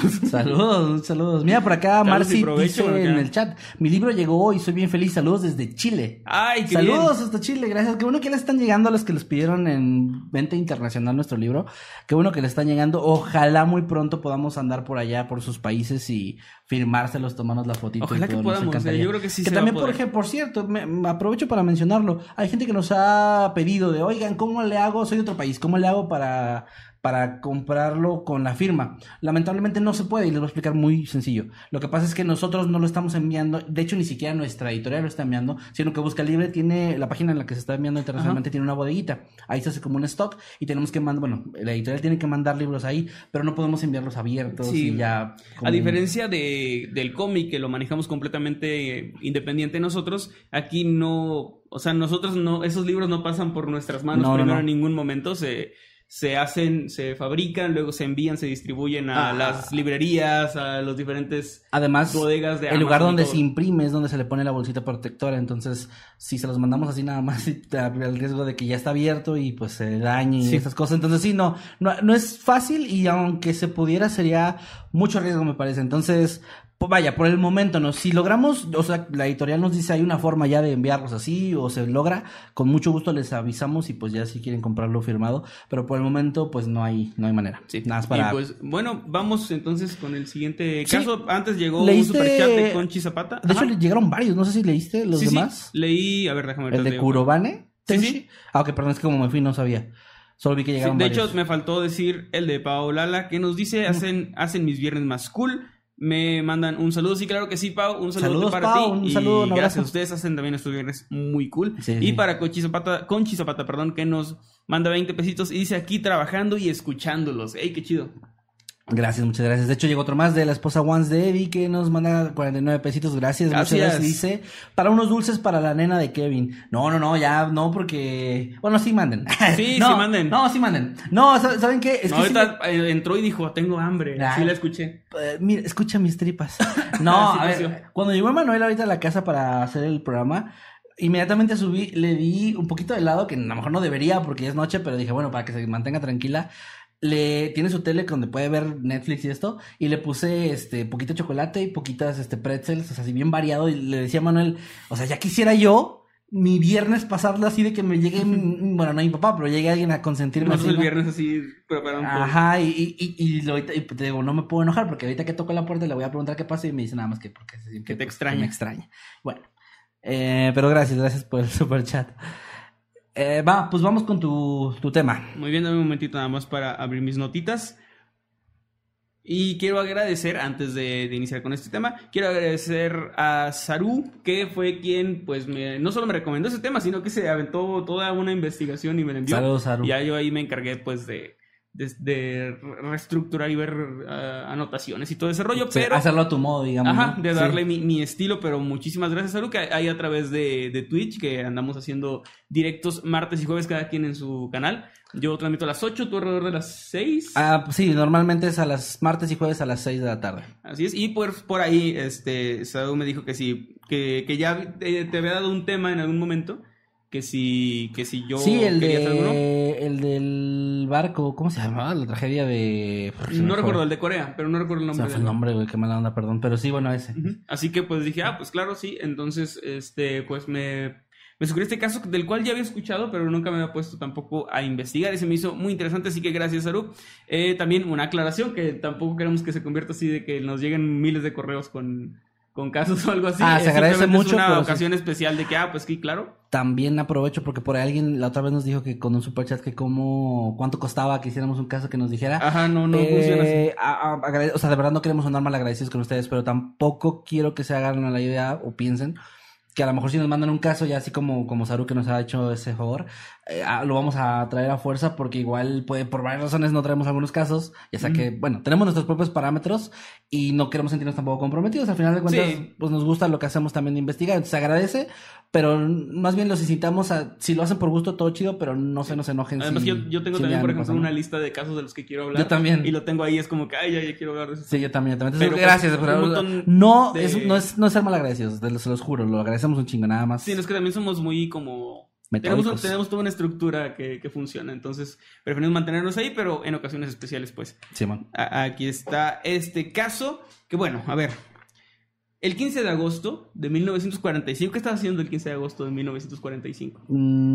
Saludos. Mira, por acá Marci dice en el chat, mi libro llegó y soy bien feliz. Saludos desde Chile. ¡Ay, qué Saludos bien! Hasta Chile, gracias. Qué bueno que le están llegando a los que les pidieron en venta internacional nuestro libro. Qué bueno que le están llegando. Ojalá muy pronto podamos andar por allá, por sus países y firmárselos, tomarnos la fotito. Ojalá que podamos, yo creo que sí. Que se también, por cierto, me aprovecho para mencionarlo. Hay gente que nos ha pedido de, oigan, ¿cómo le hago? Soy de otro país, ¿cómo le hago para comprarlo con la firma? Lamentablemente no se puede y les voy a explicar muy sencillo. Lo que pasa es que nosotros no lo estamos enviando, de hecho ni siquiera nuestra editorial lo está enviando, sino que Busca Libre tiene, la página en la que se está enviando internacionalmente, tiene una bodeguita, ahí se hace como un stock y tenemos que mandar, la editorial tiene que mandar libros ahí, pero no podemos enviarlos abiertos. Sí. Y ya... A diferencia del cómic, que lo manejamos completamente independiente nosotros, aquí no, o sea, nosotros no, esos libros no pasan por nuestras manos en ningún momento, se hacen, se fabrican, luego se envían, se distribuyen a las librerías, a los diferentes bodegas de Amazon. El lugar donde se imprime es donde se le pone la bolsita protectora, entonces si se los mandamos así nada más, el riesgo de que ya está abierto y pues se dañe y esas cosas, entonces sí, no es fácil y aunque se pudiera sería mucho riesgo me parece, entonces... Vaya, por el momento no. Si logramos, o sea, la editorial nos dice hay una forma ya de enviarlos así o se logra, con mucho gusto les avisamos y pues ya si quieren comprarlo firmado, pero por el momento pues no hay manera. Sí. Nada más para... Y pues bueno, vamos entonces con el siguiente caso. Antes llegó un superchat de Conchi Zapata. De hecho llegaron varios, no sé si leíste los demás. Sí, leí, a ver, déjame ver. ¿El de Kurobane? Sí. Ah, ok, perdón, es que como me fui no sabía. Solo vi que llegaron varios. De hecho, me faltó decir el de Paolala, que nos dice, hacen mis viernes más cool. Me mandan un saludo, sí, claro que sí, Pau. Un saludo para Pau, ti. Un saludo, gracias. Ustedes hacen también estos viernes muy cool. Sí, y para Conchi Zapata, que nos manda 20 pesitos y dice aquí trabajando y escuchándolos. ¡Ey, qué chido! Gracias, muchas gracias. De hecho, llegó otro más de la esposa Once de Eddie que nos manda 49 pesitos. Gracias, muchas gracias. Dice, para unos dulces para la nena de Kevin. No, ya, no, porque... Bueno, sí manden. Sí, no, sí manden. No, sí manden. No, ¿saben qué? Es no, que ahorita entró y dijo, tengo hambre. Ay, sí la escuché. Mira, escucha mis tripas. No, a ver, Situación. cuando llegó Emanuel ahorita a la casa para hacer el programa... Inmediatamente subí, le di un poquito de helado, que a lo mejor no debería porque ya es noche, pero dije, bueno, para que se mantenga tranquila. Tiene su tele donde puede ver Netflix y esto, y le puse poquito de chocolate y poquitas pretzels, o sea, así bien variado, y le decía a Manuel, o sea, ya quisiera yo mi viernes pasarlo así de que me llegue, bueno, no mi papá, pero llegue alguien a consentirme. Nosotros el viernes así preparando todo. Ajá, y te digo, no me puedo enojar porque ahorita que toco la puerta le voy a preguntar qué pasa y me dice nada más que porque se siente que te extraña. Que me extraña. Bueno. Pero gracias por el super chat. Pues vamos con tu tema. Muy bien, dame un momentito nada más para abrir mis notitas. Y quiero agradecer, antes de iniciar con este tema, quiero agradecer a Saru, que fue quien, pues, no solo me recomendó ese tema, sino que se aventó toda una investigación y me la envió. Saludos, Saru. Y ya yo ahí me encargué, pues, de reestructurar y ver anotaciones y todo ese rollo, sí, pero... hacerlo a tu modo, digamos. Ajá, ¿no? de darle mi estilo, pero muchísimas gracias, Saru, que hay a través de Twitch, que andamos haciendo directos martes y jueves cada quien en su canal. Yo transmito a las 8, tú alrededor de las 6. Sí, normalmente es a las martes y jueves a las 6 de la tarde. Así es, y por ahí, Saru me dijo que sí, que ya te había dado un tema en algún momento, que si yo quería hacer alguno. El del barco, ¿cómo se llamaba? La tragedia de... No recuerdo, el de Corea, pero no recuerdo el nombre. Se me fue el nombre, güey, qué mala onda, perdón, pero sí, bueno, ese. Uh-huh. Así que pues dije, pues claro, sí, entonces, pues me sugerí este caso del cual ya había escuchado, pero nunca me había puesto tampoco a investigar y se me hizo muy interesante, así que gracias, Saru. También una aclaración, que tampoco queremos que se convierta así de que nos lleguen miles de correos con casos o algo así. Se agradece mucho. Es una ocasión especial de que, pues sí, claro. También aprovecho porque por ahí alguien la otra vez nos dijo que con un superchat que cuánto costaba que hiciéramos un caso que nos dijera. Ajá, no funciona así. O sea, de verdad no queremos sonar mal agradecidos con ustedes, pero tampoco quiero que se hagan a la idea o piensen que a lo mejor si nos mandan un caso, ya así como Saru que nos ha hecho ese favor, lo vamos a traer a fuerza porque igual por varias razones no traemos algunos casos, ya sea que, bueno, tenemos nuestros propios parámetros y no queremos sentirnos tampoco comprometidos. Al final de cuentas, sí, pues nos gusta lo que hacemos también de investigar, entonces se agradece, pero más bien los incitamos si lo hacen por gusto, todo chido, pero no se nos enojen. Además, yo tengo también, por ejemplo, una lista de casos de los que quiero hablar. Yo también. Y lo tengo ahí, es como que, ya quiero hablar de eso. Sí, yo también. Entonces, pero, gracias. Pues, no es ser mal agradecidos, se los juro, lo agradecemos un chingo, nada más. Sí, es que también somos muy como... Tenemos toda una estructura que funciona, entonces preferimos mantenernos ahí, pero en ocasiones especiales, pues. Sí, man. Aquí está este caso, que bueno, a ver... El 15 de agosto de 1945, ¿qué estaba haciendo el 15 de agosto de 1945?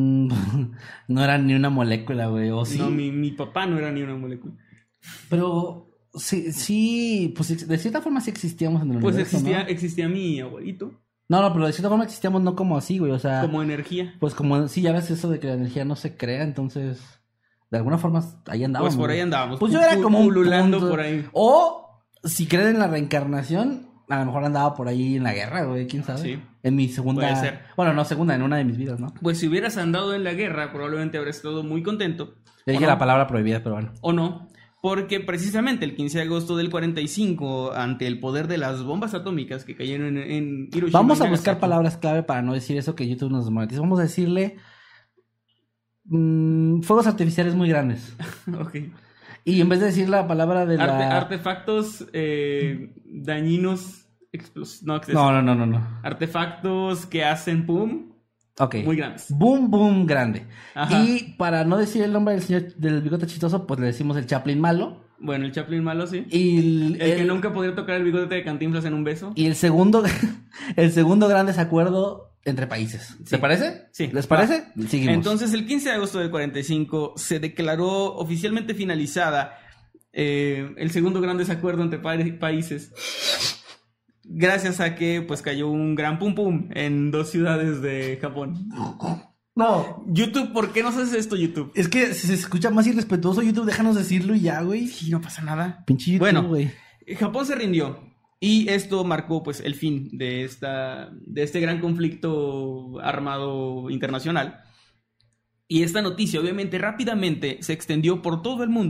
No era ni una molécula, güey, ¿o sí? No, mi papá no era ni una molécula. Pero sí, pues de cierta forma sí existíamos en el universo, Pues ¿no? existía mi abuelito. No, pero de cierta forma existíamos no como así, güey, o sea... Como energía. Pues como, sí, ya ves eso de que la energía no se crea, entonces... De alguna forma, ahí andábamos. Pues por ahí andábamos. Pues yo era como pululando por ahí. O, si creen en la reencarnación... A lo mejor andaba por ahí en la guerra, güey, quién sabe. Sí. En mi segunda... Puede ser. Bueno, no segunda, en una de mis vidas, ¿no? Pues si hubieras andado en la guerra, probablemente habrías estado muy contento. Le dije la palabra prohibida, pero bueno. O no, porque precisamente el 15 de agosto del 45, ante el poder de las bombas atómicas que cayeron en Hiroshima... Vamos a buscar palabras clave para no decir eso que YouTube nos desmonetiza. Vamos a decirle... fuegos artificiales muy grandes. Ok. Y en vez de decir la palabra de artefactos dañinos no. Artefactos que hacen boom. Okay. Muy grandes. Boom grande. Ajá. Y para no decir el nombre del señor del bigote chistoso, pues le decimos el Chaplin malo. Bueno, el Chaplin malo, sí. Y el que nunca podría tocar el bigote de Cantinflas en un beso. Y el segundo gran desacuerdo entre países. Sí. ¿Te parece? Sí. ¿Les parece? Seguimos. Entonces, el 15 de agosto del 45 se declaró oficialmente finalizada el segundo gran desacuerdo entre países. Gracias a que pues cayó un gran pum pum en 2 ciudades de Japón. No. YouTube, ¿por qué no haces esto, YouTube? Es que si se escucha más irrespetuoso, YouTube, déjanos decirlo y ya, güey. Sí, no pasa nada. Pinche YouTube, güey. Japón se rindió. Y esto marcó pues el fin de este gran conflicto armado internacional. Y esta noticia obviamente rápidamente se extendió por todo el mundo.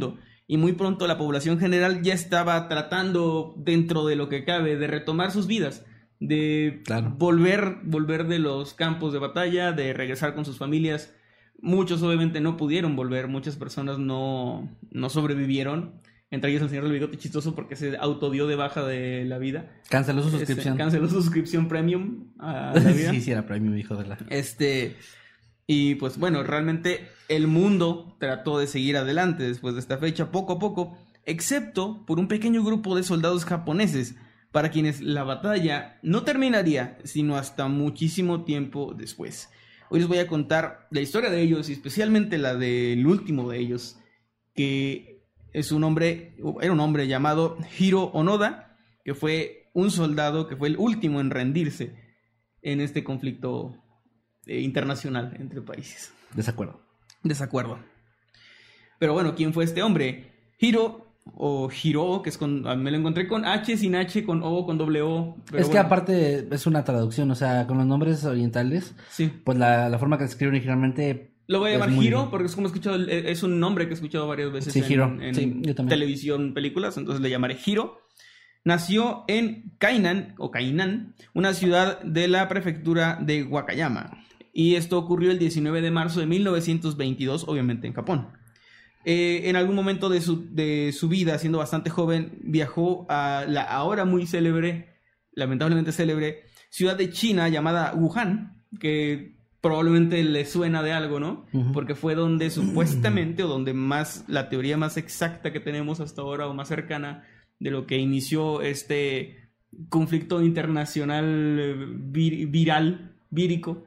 y muy pronto la población general ya estaba tratando, dentro de lo que cabe, de retomar sus vidas, de volver de los campos de batalla, de regresar con sus familias. Muchos obviamente no pudieron volver, muchas personas no sobrevivieron, entre ellos el señor del bigote chistoso porque se autodió de baja de la vida. Canceló su suscripción. Canceló su suscripción premium a la vida. Sí, era premium, hijo de la... Y pues bueno, realmente el mundo trató de seguir adelante después de esta fecha, poco a poco, excepto por un pequeño grupo de soldados japoneses, para quienes la batalla no terminaría sino hasta muchísimo tiempo después. Hoy les voy a contar la historia de ellos y especialmente la del último de ellos, que era un hombre llamado Hiro Onoda, que fue un soldado que fue el último en rendirse en este conflicto internacional entre países. Desacuerdo. Pero bueno, ¿quién fue este hombre? Hiro, o Hiro, que me lo encontré con H, sin H, con O, con doble O. Pero es que aparte es una traducción, o sea, con los nombres orientales, sí. Pues la forma que se escribe originalmente... Lo voy a llamar Hiro porque es como he escuchado, es un nombre que he escuchado varias veces en televisión, películas, entonces le llamaré Hiro. Nació en Kainan, una ciudad de la prefectura de Wakayama. Y esto ocurrió el 19 de marzo de 1922, obviamente en Japón. En algún momento de su vida, siendo bastante joven, viajó a la ahora muy célebre, lamentablemente célebre, ciudad de China llamada Wuhan, que probablemente le suena de algo, ¿no? Uh-huh. Porque fue donde supuestamente, o donde más, la teoría más exacta que tenemos hasta ahora, o más cercana, de lo que inició este conflicto internacional vírico,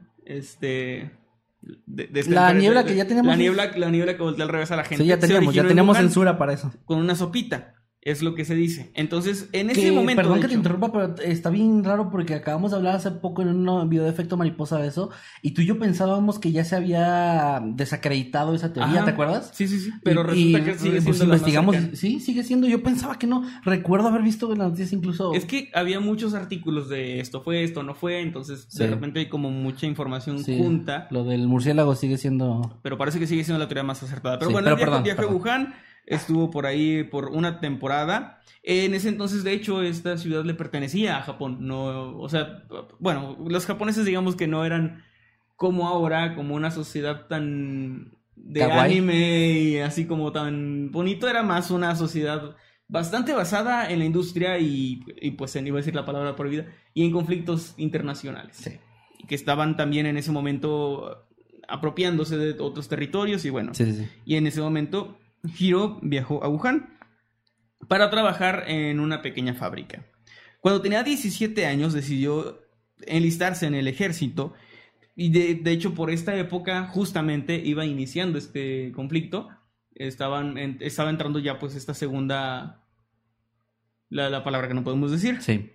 la niebla que ya tenemos. La niebla que voltea al revés a la gente. Sí, ya tenemos censura para eso. Con una sopita. Es lo que se dice. Entonces, en ese momento... Perdón que te interrumpa, pero está bien raro porque acabamos de hablar hace poco en un video de efecto mariposa de eso, y tú y yo pensábamos que ya se había desacreditado esa teoría. Ajá. ¿Te acuerdas? Sí. Pero resulta que sigue siendo la investigamos. Sí, sigue siendo. Yo pensaba que no. Recuerdo haber visto en las noticias incluso... Es que había muchos artículos de esto fue, esto no fue, entonces de repente hay como mucha información junta. Lo del murciélago sigue siendo... Pero parece que sigue siendo la teoría más acertada. Pero bueno, viajó a Wuhan. Estuvo por ahí por una temporada. En ese entonces, de hecho, esta ciudad le pertenecía a Japón. No, o sea, bueno, los japoneses digamos que no eran como ahora, como una sociedad tan de kawaii, anime y así como tan bonito. Era más una sociedad bastante basada en la industria y pues iba a decir la palabra prohibida, y en conflictos internacionales. Sí. Que estaban también en ese momento apropiándose de otros territorios y bueno. Sí. Y en ese momento... Hiro viajó a Wuhan para trabajar en una pequeña fábrica. Cuando tenía 17 años decidió enlistarse en el ejército y de hecho por esta época justamente iba iniciando este conflicto. Estaba entrando ya pues esta segunda... La palabra que no podemos decir. Sí.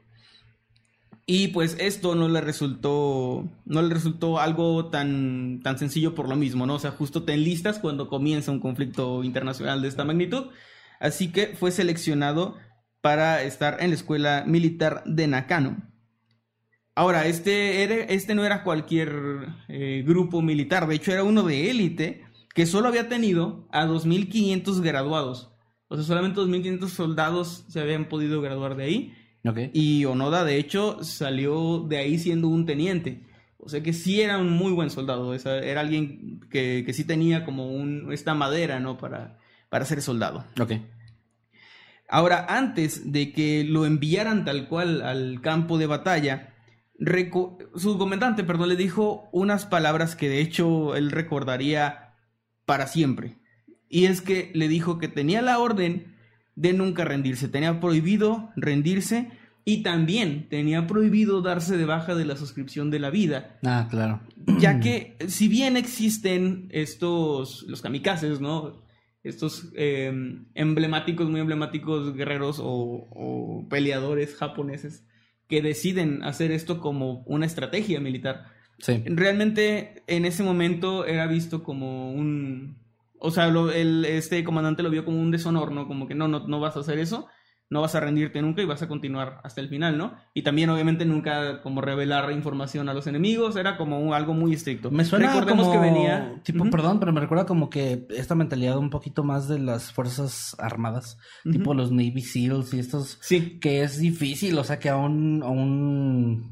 Y pues esto no le resultó algo tan sencillo por lo mismo, ¿no? O sea, justo te enlistas cuando comienza un conflicto internacional de esta magnitud. Así que fue seleccionado para estar en la escuela militar de Nakano. Ahora, este no era cualquier grupo militar, de hecho era uno de élite que solo había tenido a 2.500 graduados. O sea, solamente 2.500 soldados se habían podido graduar de ahí. Okay. Y Onoda, de hecho, salió de ahí siendo un teniente. O sea que sí era un muy buen soldado. Era alguien que sí tenía como esta madera, ¿no? Para ser soldado. Okay. Ahora, antes de que lo enviaran tal cual al campo de batalla, su comandante, le dijo unas palabras que de hecho él recordaría para siempre. Y es que le dijo que tenía la orden de nunca rendirse, tenía prohibido rendirse y también tenía prohibido darse de baja de la suscripción de la vida. Ah, claro. Ya que si bien existen los kamikazes, ¿no? Estos muy emblemáticos guerreros o peleadores japoneses que deciden hacer esto como una estrategia militar. Sí. Realmente en ese momento era visto como un... O sea, este comandante lo vio como un deshonor, ¿no? Como que no vas a hacer eso. no vas a rendirte nunca y vas a continuar hasta el final, ¿no? Y también, obviamente, nunca como revelar información a los enemigos, era como algo muy estricto. Me suena Recordemos como... que venía... Tipo, perdón, pero me recuerda como que esta mentalidad un poquito más de las fuerzas armadas, tipo los Navy SEALs y estos... Sí. Que es difícil, o sea, que a un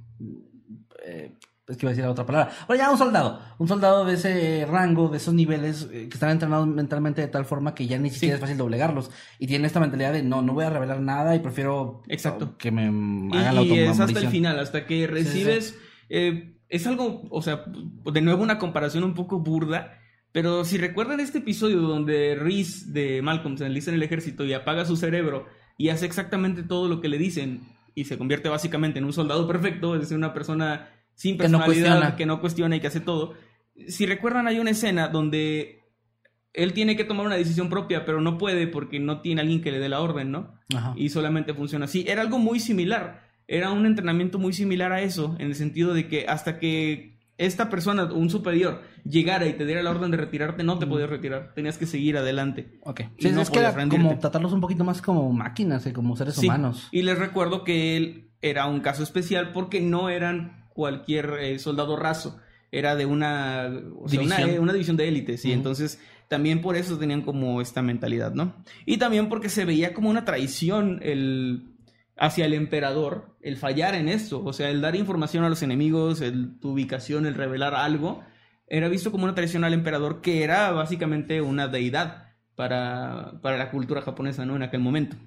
es que iba a decir la otra palabra. Bueno, ya un soldado de ese rango, de esos niveles, que están entrenados mentalmente de tal forma que ya ni siquiera es fácil doblegarlos. Y tienen esta mentalidad de no voy a revelar nada y prefiero que me hagan la automorición. Y es hasta el final, hasta que recibes... es algo, o sea, de nuevo una comparación un poco burda, pero si recuerdan este episodio donde Reese de Malcolm se enlista en el ejército y apaga su cerebro y hace exactamente todo lo que le dicen y se convierte básicamente en un soldado perfecto, es decir, una persona... sin personalidad, que no cuestiona y que hace todo. Si recuerdan, hay una escena donde él tiene que tomar una decisión propia, pero no puede porque no tiene alguien que le dé la orden, ¿no? Ajá. Y solamente funciona así. Era algo muy similar. Era un entrenamiento muy similar a eso, en el sentido de que hasta que esta persona, un superior, llegara y te diera la orden de retirarte, no te podías retirar. Tenías que seguir adelante. Ok. Sí, no es que era como tratarlos un poquito más como máquinas, como seres humanos. Y les recuerdo que él era un caso especial porque no eran cualquier soldado raso, era de una división de élite, sí, entonces también por eso tenían como esta mentalidad, ¿no? Y también porque se veía como una traición hacia el emperador, el fallar en esto, o sea, el dar información a los enemigos, tu ubicación, el revelar algo, era visto como una traición al emperador, que era básicamente una deidad para la cultura japonesa, ¿no? En aquel momento.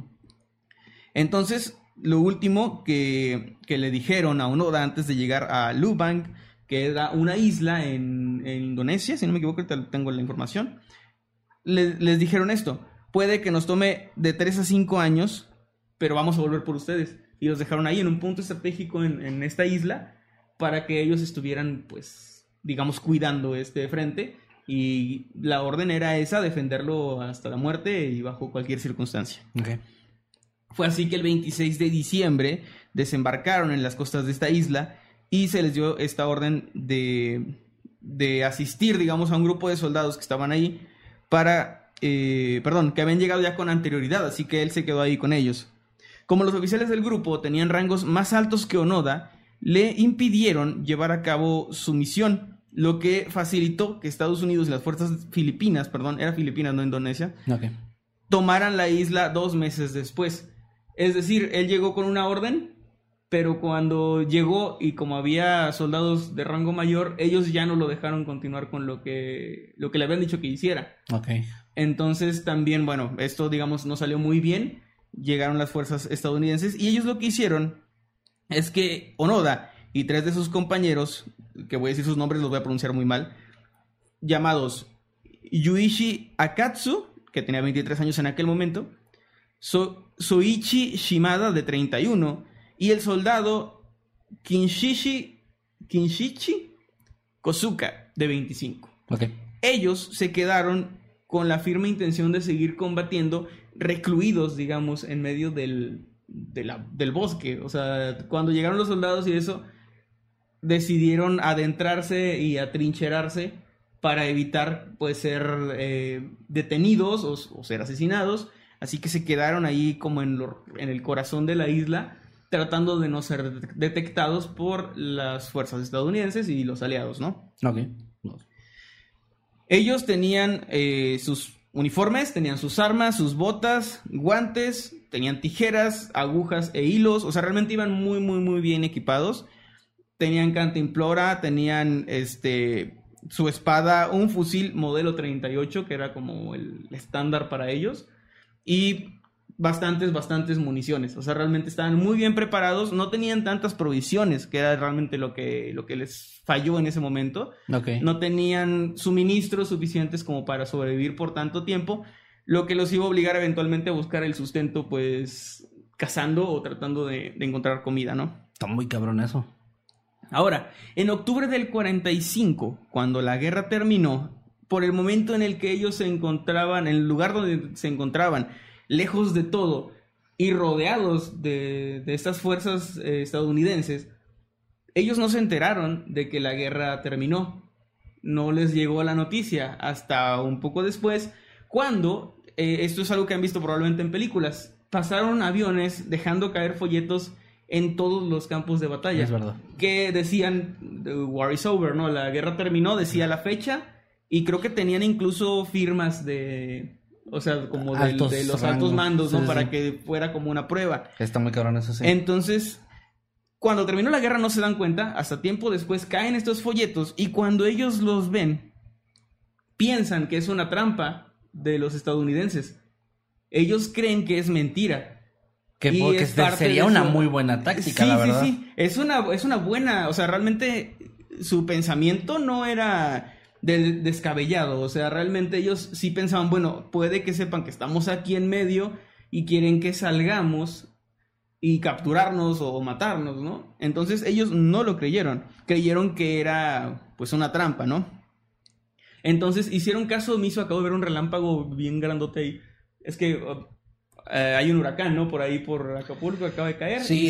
Entonces, lo último que le dijeron a Onoda antes de llegar a Lubang, que era una isla en Indonesia, si no me equivoco, tengo la información, les dijeron esto: puede que nos tome de 3 a 5 años, pero vamos a volver por ustedes. Y los dejaron ahí en un punto estratégico en esta isla para que ellos estuvieran, pues, digamos, cuidando este frente. Y la orden era esa, defenderlo hasta la muerte y bajo cualquier circunstancia. Okay. Fue así que el 26 de diciembre desembarcaron en las costas de esta isla y se les dio esta orden de asistir, digamos, a un grupo de soldados que estaban ahí que habían llegado ya con anterioridad, así que él se quedó ahí con ellos. Como los oficiales del grupo tenían rangos más altos que Onoda, le impidieron llevar a cabo su misión, lo que facilitó que Estados Unidos y las fuerzas filipinas, era Filipinas, no Indonesia, tomaran la isla 2 meses después. Es decir, él llegó con una orden, pero cuando llegó y como había soldados de rango mayor, ellos ya no lo dejaron continuar con lo que le habían dicho que hiciera. Okay. Entonces también, bueno, esto digamos no salió muy bien. Llegaron las fuerzas estadounidenses y ellos lo que hicieron es que Onoda y 3 de sus compañeros, que voy a decir sus nombres, los voy a pronunciar muy mal, llamados Yuichi Akatsu, que tenía 23 años en aquel momento, Soichi Shimada, de 31, y el soldado Kinshichi Kosuka, de 25. Okay. Ellos se quedaron con la firme intención de seguir combatiendo recluidos, digamos, en medio del bosque. O sea, cuando llegaron los soldados y eso, decidieron adentrarse y atrincherarse para evitar, pues, ser detenidos o ser asesinados. Así que se quedaron ahí como en el corazón de la isla, tratando de no ser detectados por las fuerzas estadounidenses y los aliados, ¿no? Okay. Ellos tenían sus uniformes, tenían sus armas, sus botas, guantes, tenían tijeras, agujas e hilos. O sea, realmente iban muy, muy, muy bien equipados. Tenían cantimplora, tenían su espada, un fusil modelo 38, que era como el estándar para ellos, y bastantes municiones. O sea, realmente estaban muy bien preparados, no tenían tantas provisiones, que era realmente lo que les falló en ese momento. Okay. No tenían suministros suficientes como para sobrevivir por tanto tiempo, lo que los iba a obligar eventualmente a buscar el sustento, pues, cazando o tratando de encontrar comida, ¿no? Está muy cabrón eso. Ahora, en octubre del 45, cuando la guerra terminó, por el momento en el que ellos se encontraban, en el lugar donde se encontraban, lejos de todo y rodeados de estas fuerzas estadounidenses, ellos no se enteraron de que la guerra terminó. No les llegó la noticia hasta un poco después, cuando, esto es algo que han visto probablemente en películas, pasaron aviones dejando caer folletos en todos los campos de batalla. Es verdad. Que decían, the war is over, ¿no? La guerra terminó, decía la fecha, y creo que tenían incluso firmas de... O sea, como de los altos mandos, ¿no? Sí, para que fuera como una prueba. Está muy cabrón eso, sí. Entonces, cuando terminó la guerra no se dan cuenta, hasta tiempo después caen estos folletos, y cuando ellos los ven, piensan que es una trampa de los estadounidenses. Ellos creen que es mentira. Que sería una muy buena táctica, sí, la verdad. Sí. Es una buena... O sea, realmente su pensamiento no era descabellado. O sea, realmente ellos sí pensaban, bueno, puede que sepan que estamos aquí en medio y quieren que salgamos y capturarnos o matarnos, ¿no? Entonces ellos no lo creyeron. Creyeron que era, pues, una trampa, ¿no? Entonces hicieron caso omiso. Acabo de ver un relámpago bien grandote ahí. Es que... hay un huracán, ¿no? Por ahí, por Acapulco, acaba de caer. Sí,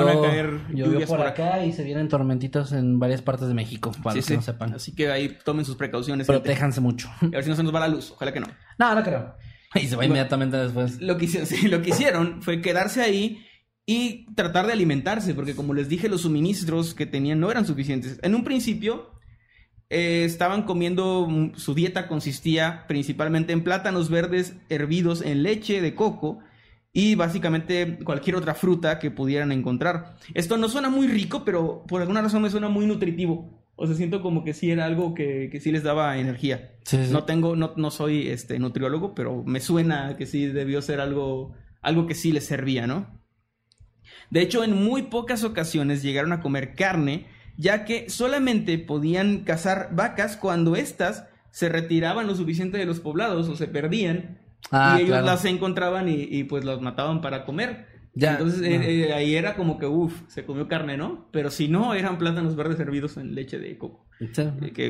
llovió por acá y se vienen tormentitas en varias partes de México, para los que no sepan. Así que ahí tomen sus precauciones. Protéjanse mucho. A ver si no se nos va la luz, ojalá que no. No creo. Y se va inmediatamente después. Lo que hicieron fue quedarse ahí y tratar de alimentarse, porque como les dije, los suministros que tenían no eran suficientes. En un principio... estaban comiendo, su dieta consistía principalmente en plátanos verdes hervidos en leche de coco y básicamente cualquier otra fruta que pudieran encontrar. Esto no suena muy rico, pero por alguna razón me suena muy nutritivo. O sea, siento como que sí era algo que sí les daba energía. Sí. No soy nutriólogo, pero me suena que sí debió ser algo que sí les servía, ¿no? De hecho, en muy pocas ocasiones llegaron a comer carne, ya que solamente podían cazar vacas cuando éstas se retiraban lo suficiente de los poblados o se perdían, y ellos las encontraban y pues las mataban para comer. Ya, entonces ahí era como que se comió carne, ¿no? Pero si no, eran plátanos verdes hervidos en leche de coco. Sí.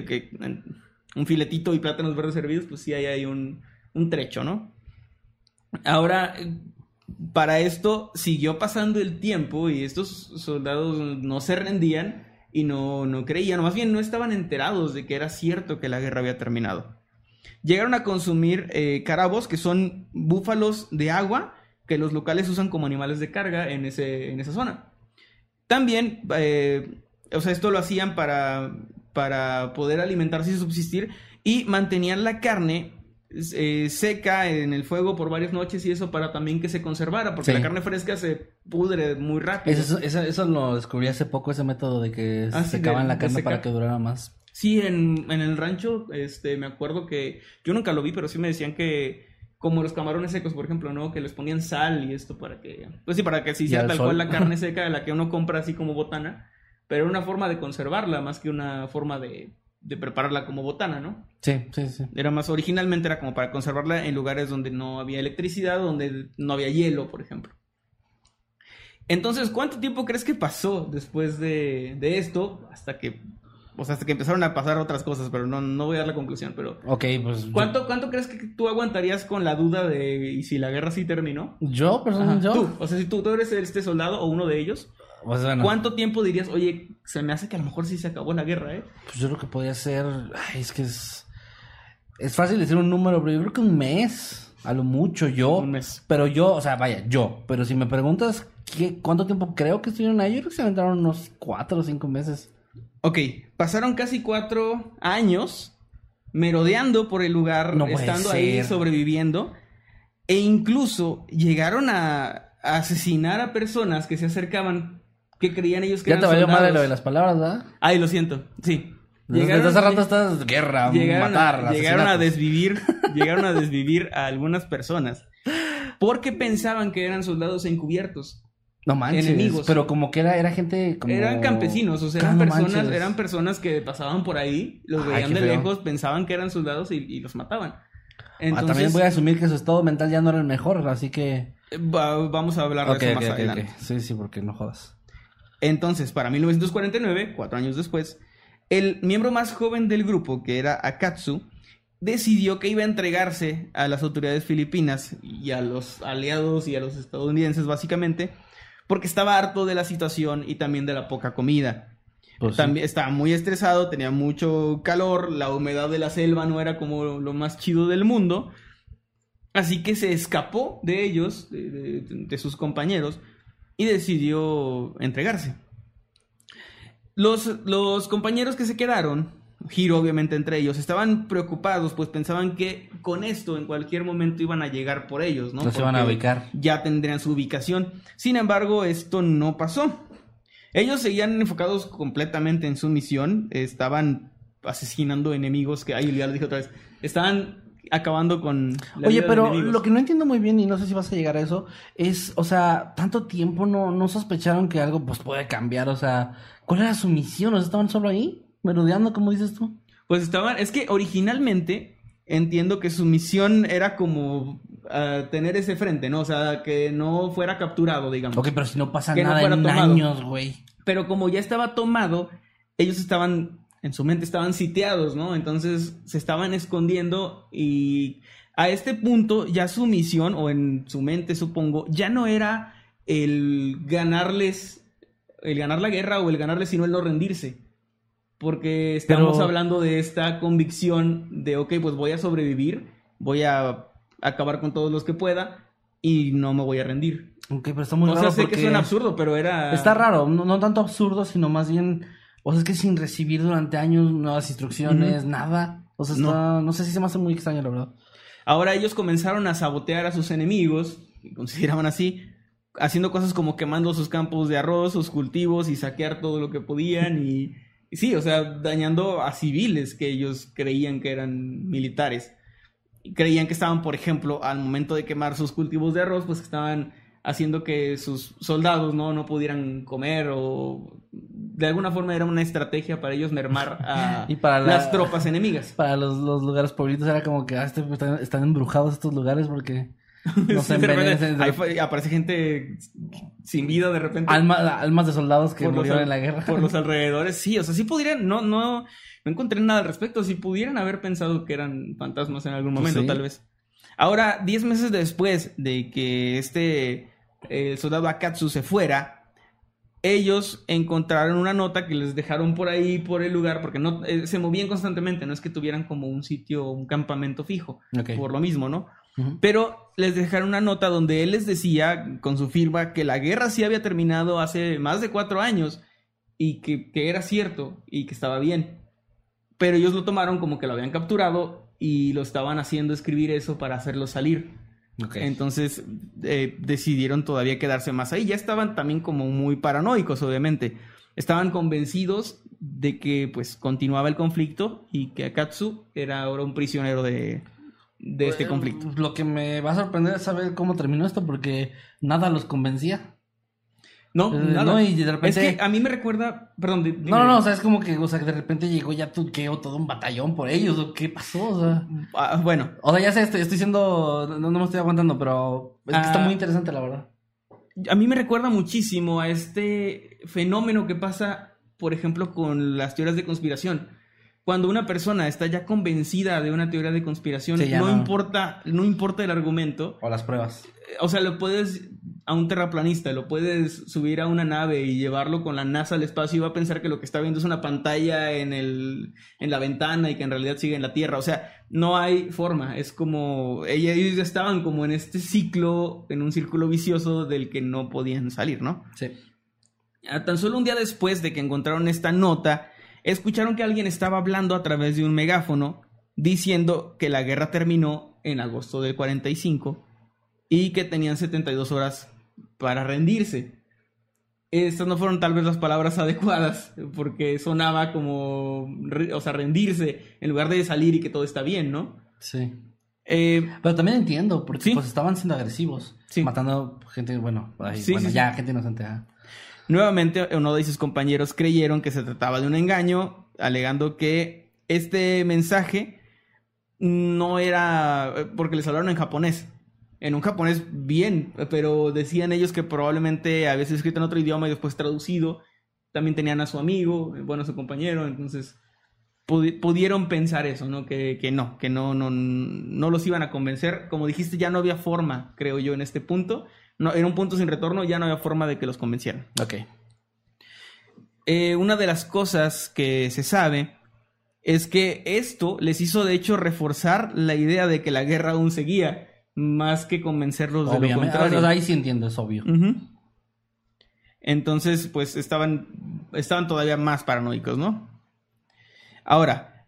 Un filetito y plátanos verdes hervidos, pues sí hay un trecho, ¿no? Ahora, para esto siguió pasando el tiempo y estos soldados no se rendían y no creían, más bien no estaban enterados de que era cierto que la guerra había terminado. Llegaron a consumir carabos, que son búfalos de agua que los locales usan como animales de carga en esa zona. También, esto lo hacían para poder alimentarse y subsistir, y mantenían la carne seca en el fuego por varias noches, y eso para también que se conservara, porque la carne fresca se pudre muy rápido. Eso lo descubrí hace poco, ese método de que secaban la carne para que durara más. Sí, en el rancho, me acuerdo que yo nunca lo vi, pero sí me decían que como los camarones secos, por ejemplo, ¿no? Que les ponían sal y esto para que... Pues sí, para que se hiciera tal cual la carne seca de la que uno compra así como botana, pero era una forma de conservarla más que una forma de prepararla como botana, ¿no? Sí. Originalmente era como para conservarla en lugares donde no había electricidad, donde no había hielo, por ejemplo. Entonces, ¿cuánto tiempo crees que pasó después de esto? Hasta que empezaron a pasar otras cosas, pero no voy a dar la conclusión, pero... Ok, pues... ¿Cuánto crees que tú aguantarías con la duda de ¿y si la guerra sí terminó? Yo, personalmente, Tú, o sea, si tú eres este soldado o uno de ellos... Pues bueno, ¿cuánto tiempo dirías, oye, se me hace que a lo mejor sí se acabó la guerra, Pues yo creo que podría ser... es que es fácil decir un número, pero yo creo que un mes, a lo mucho yo. Un mes. Pero yo, o sea, vaya, yo. Pero si me preguntas cuánto tiempo creo que estuvieron ahí, yo creo que se aventaron unos 4 o 5 meses. Ok, pasaron casi 4 años merodeando por el lugar, estando ahí, sobreviviendo. E incluso llegaron a asesinar a personas que se acercaban... que creían ellos que ya eran te valió soldados. madre lo de las palabras, ¿verdad? Ay, lo siento, sí. Desde hace rato estás guerra, matar, llegaron a desvivir a algunas personas porque pensaban que eran soldados encubiertos. No manches, enemigos. Pero como que era gente como... Eran campesinos, o sea, eran personas que pasaban por ahí, los veían de lejos, pensaban que eran soldados y los mataban. Entonces, también voy a asumir que su estado mental ya no era el mejor, así que... Vamos a hablar de eso más adelante. Sí, porque no jodas. Entonces, para 1949, 4 años después, el miembro más joven del grupo, que era Akatsu, decidió que iba a entregarse a las autoridades filipinas y a los aliados y a los estadounidenses, básicamente, porque estaba harto de la situación y también de la poca comida. Pues también estaba muy estresado, tenía mucho calor, la humedad de la selva no era como lo más chido del mundo. Así que se escapó de ellos, de sus compañeros, y decidió entregarse. Los compañeros que se quedaron, Hiro obviamente entre ellos, estaban preocupados, pues pensaban que con esto en cualquier momento iban a llegar por ellos, ¿no? Los iban a ubicar. Ya tendrían su ubicación. Sin embargo, esto no pasó. Ellos seguían enfocados completamente en su misión, estaban asesinando enemigos, que ahí ya lo dije otra vez, estaban acabando con la Oye, vida de pero enemigos. lo que no entiendo muy bien, y no sé si vas a llegar a eso, es, o sea, tanto tiempo no sospecharon que algo pues puede cambiar, o sea, ¿cuál era su misión? O sea, ¿estaban solo ahí, merodeando, como dices tú? Pues es que originalmente entiendo que su misión era como tener ese frente, ¿no? O sea, que no fuera capturado, digamos. Ok, pero si no pasa Que no nada fuera en tomado. años, güey. Pero como ya estaba tomado, ellos estaban, en su mente estaban sitiados, ¿no? Entonces se estaban escondiendo y a este punto ya su misión, o en su mente supongo, ya no era el ganar la guerra o el ganarles, sino el no rendirse. Porque estamos hablando de esta convicción de, ok, pues voy a sobrevivir, voy a acabar con todos los que pueda y no me voy a rendir. Ok, pero está muy O raro sea, sé porque que suena absurdo, pero era... está raro, no tanto absurdo, sino más bien, o sea, es que sin recibir durante años nuevas instrucciones, nada. O sea, no sé si se me hace muy extraño, la verdad. Ahora ellos comenzaron a sabotear a sus enemigos, que consideraban así, haciendo cosas como quemando sus campos de arroz, sus cultivos y saquear todo lo que podían y sí, o sea, dañando a civiles que ellos creían que eran militares. Creían que estaban, por ejemplo, al momento de quemar sus cultivos de arroz, pues estaban haciendo que sus soldados no pudieran comer, o de alguna forma era una estrategia para ellos mermar a Y para las tropas enemigas. Para los lugares pueblitos era como que están embrujados estos lugares porque no se Sí, de repente, envenenan. ahí aparece gente sin vida de repente. Almas de soldados que por murieron en la guerra. Por los alrededores, sí, o sea, sí pudieran, no encontré nada al respecto, si pudieran haber pensado que eran fantasmas en algún momento, Sí. tal vez. Ahora, 10 meses después de que el soldado Akatsu se fuera, ellos encontraron una nota que les dejaron por ahí, por el lugar, porque no se movían constantemente, no es que tuvieran como un sitio, un campamento fijo, Ok. por lo mismo, ¿no? Ujú. Pero les dejaron una nota donde él les decía, con su firma, que la guerra sí había terminado hace más de 4 años y que era cierto y que estaba bien. Pero ellos lo tomaron como que lo habían capturado y lo estaban haciendo escribir eso para hacerlo salir. Ok. Entonces decidieron todavía quedarse más ahí. Ya estaban también como muy paranoicos, obviamente. Estaban convencidos de que pues continuaba el conflicto y que Akatsu era ahora un prisionero de este conflicto. Lo que me va a sorprender es saber cómo terminó esto porque nada los convencía. No, nada. No, y de repente... Es que a mí me recuerda... Perdón, dime. No, o sea, es como que, o sea, que de repente llegó ya todo un batallón por ellos, ¿o qué pasó? O sea, Bueno, ya sé, estoy siendo... No me estoy aguantando, pero es que está muy interesante, la verdad. a mí me recuerda muchísimo a este fenómeno que pasa, por ejemplo, con las teorías de conspiración. Cuando una persona está ya convencida de una teoría de conspiración, Sí, no importa el argumento. O las pruebas. O sea, lo puedes a un terraplanista, lo puedes subir a una nave y llevarlo con la NASA al espacio y va a pensar que lo que está viendo es una pantalla en la ventana y que en realidad sigue en la Tierra. O sea, no hay forma. Es como... ellos ya estaban como en este ciclo, en un círculo vicioso del que no podían salir, ¿no? Sí. Tan solo un día después de que encontraron esta nota, escucharon que alguien estaba hablando a través de un megáfono diciendo que la guerra terminó en agosto del 45 y que tenían 72 horas para rendirse. Estas no fueron tal vez las palabras adecuadas porque sonaba como, o sea, rendirse en lugar de salir y que todo está bien, ¿no? Sí. Pero también entiendo, porque ¿sí? pues estaban siendo agresivos, sí, matando gente, bueno, sí, ya gente inocente. Nuevamente, uno de sus compañeros creyeron que se trataba de un engaño, alegando que este mensaje no era... porque les hablaron en japonés. En un japonés bien, pero decían ellos que probablemente había sido escrito en otro idioma y después traducido. También tenían a su amigo, bueno, a su compañero, entonces pudieron pensar eso, ¿no? Que no los iban a convencer. Como dijiste, ya no había forma, creo yo, en este punto. No, era un punto sin retorno, ya no había forma de que los convencieran. Ok. Una de las cosas que se sabe es que esto les hizo de hecho reforzar la idea de que la guerra aún seguía. más que convencerlos de lo Obviamente, contrario. ahí sí entiendo, es obvio. Ujú. Entonces, pues estaban todavía más paranoicos, ¿no? Ahora,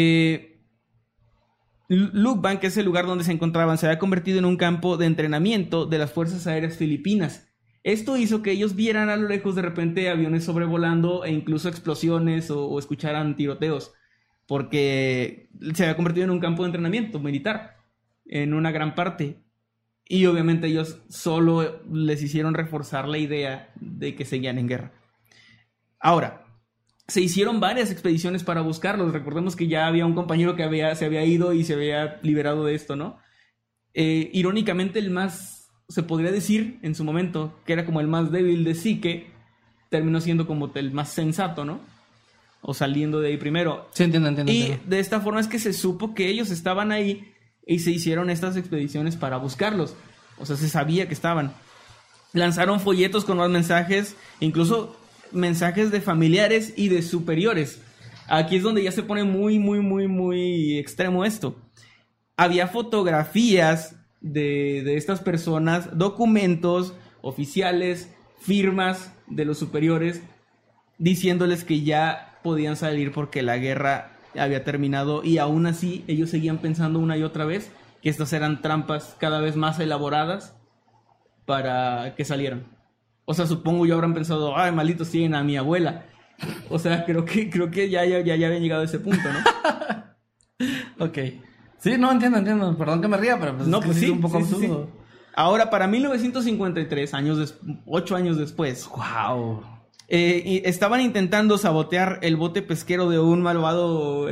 Lukban, que es el lugar donde se encontraban, se había convertido en un campo de entrenamiento de las Fuerzas Aéreas Filipinas. Esto hizo que ellos vieran a lo lejos de repente aviones sobrevolando e incluso explosiones o escucharan tiroteos, porque se había convertido en un campo de entrenamiento militar en una gran parte. Y obviamente ellos solo les hicieron reforzar la idea de que seguían en guerra. Ahora, se hicieron varias expediciones para buscarlos. Recordemos que ya había un compañero que se había ido y se había liberado de esto, ¿no? Irónicamente, el más, se podría decir en su momento, que era como el más débil de psique, terminó siendo como el más sensato, ¿no? O saliendo de ahí primero. Sí, entiendo. Y de esta forma es que se supo que ellos estaban ahí y se hicieron estas expediciones para buscarlos. O sea, se sabía que estaban. Lanzaron folletos con más mensajes, incluso mensajes de familiares y de superiores. Aquí es donde ya se pone muy extremo esto. Había fotografías de estas personas, documentos oficiales, firmas de los superiores, diciéndoles que ya podían salir porque la guerra había terminado, y aún así ellos seguían pensando una y otra vez que estas eran trampas cada vez más elaboradas para que salieran. O sea, supongo yo habrán pensado, ay, malditos tienen a mi abuela. O sea, creo que ya habían llegado a ese punto, ¿no? Ok. Sí, no, entiendo. Perdón que me ría, pero pues No, es que pues sí, es un poco sí. absurdo. Ahora, para 1953, 8 años después, Wow. estaban intentando sabotear el bote pesquero de un malvado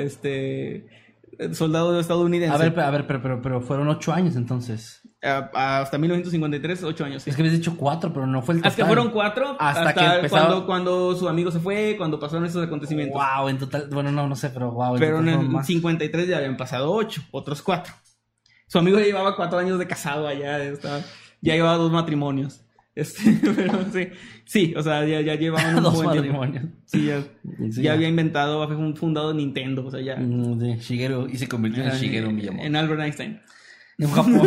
soldado estadounidense. A ver, pero fueron 8 años entonces. Hasta 1953, 8 años. Sí. Es que habías dicho 4, pero no fue el total. Es que fueron 4 hasta que empezaron... cuando su amigo se fue, cuando pasaron estos acontecimientos. Wow, en total, bueno, no sé, pero wow. Pero en el 53 ya habían pasado 8, otros 4. Su amigo ya llevaba 4 años de casado allá, ya llevaba 2 matrimonios. Pero sí, o sea, ya llevaban un 2 buen matrimonios. tiempo. Sí, ya había inventado, había fundado Nintendo, o sea, ya. Sí, Shigeru, y se convirtió en Shigeru Miyamoto. En Albert Einstein. En Japón.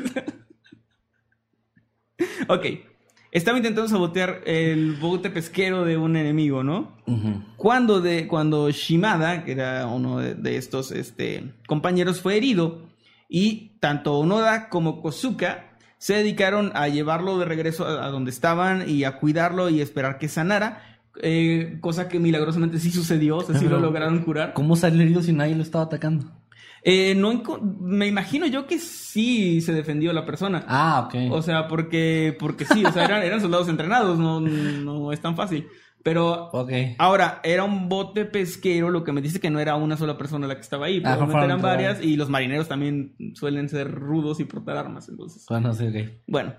Ok. Estaba intentando sabotear el bote pesquero de un enemigo, ¿no? Uh-huh. Cuando Shimada, que era uno de estos compañeros, fue herido, y tanto Onoda como Kozuka se dedicaron a llevarlo de regreso a donde estaban y a cuidarlo y esperar que sanara, cosa que milagrosamente sí sucedió, o sea, sí lo lograron curar. ¿Cómo salió herido si nadie lo estaba atacando? Me imagino yo que sí se defendió la persona. Ah, ok. O sea, porque sí, o sea, eran soldados entrenados, no es tan fácil. Pero okay. Ahora, era un bote pesquero, lo que me dice que no era una sola persona la que estaba ahí, probablemente eran varias, y los marineros también suelen ser rudos y portar armas, entonces. Bueno, sí, ok. Bueno,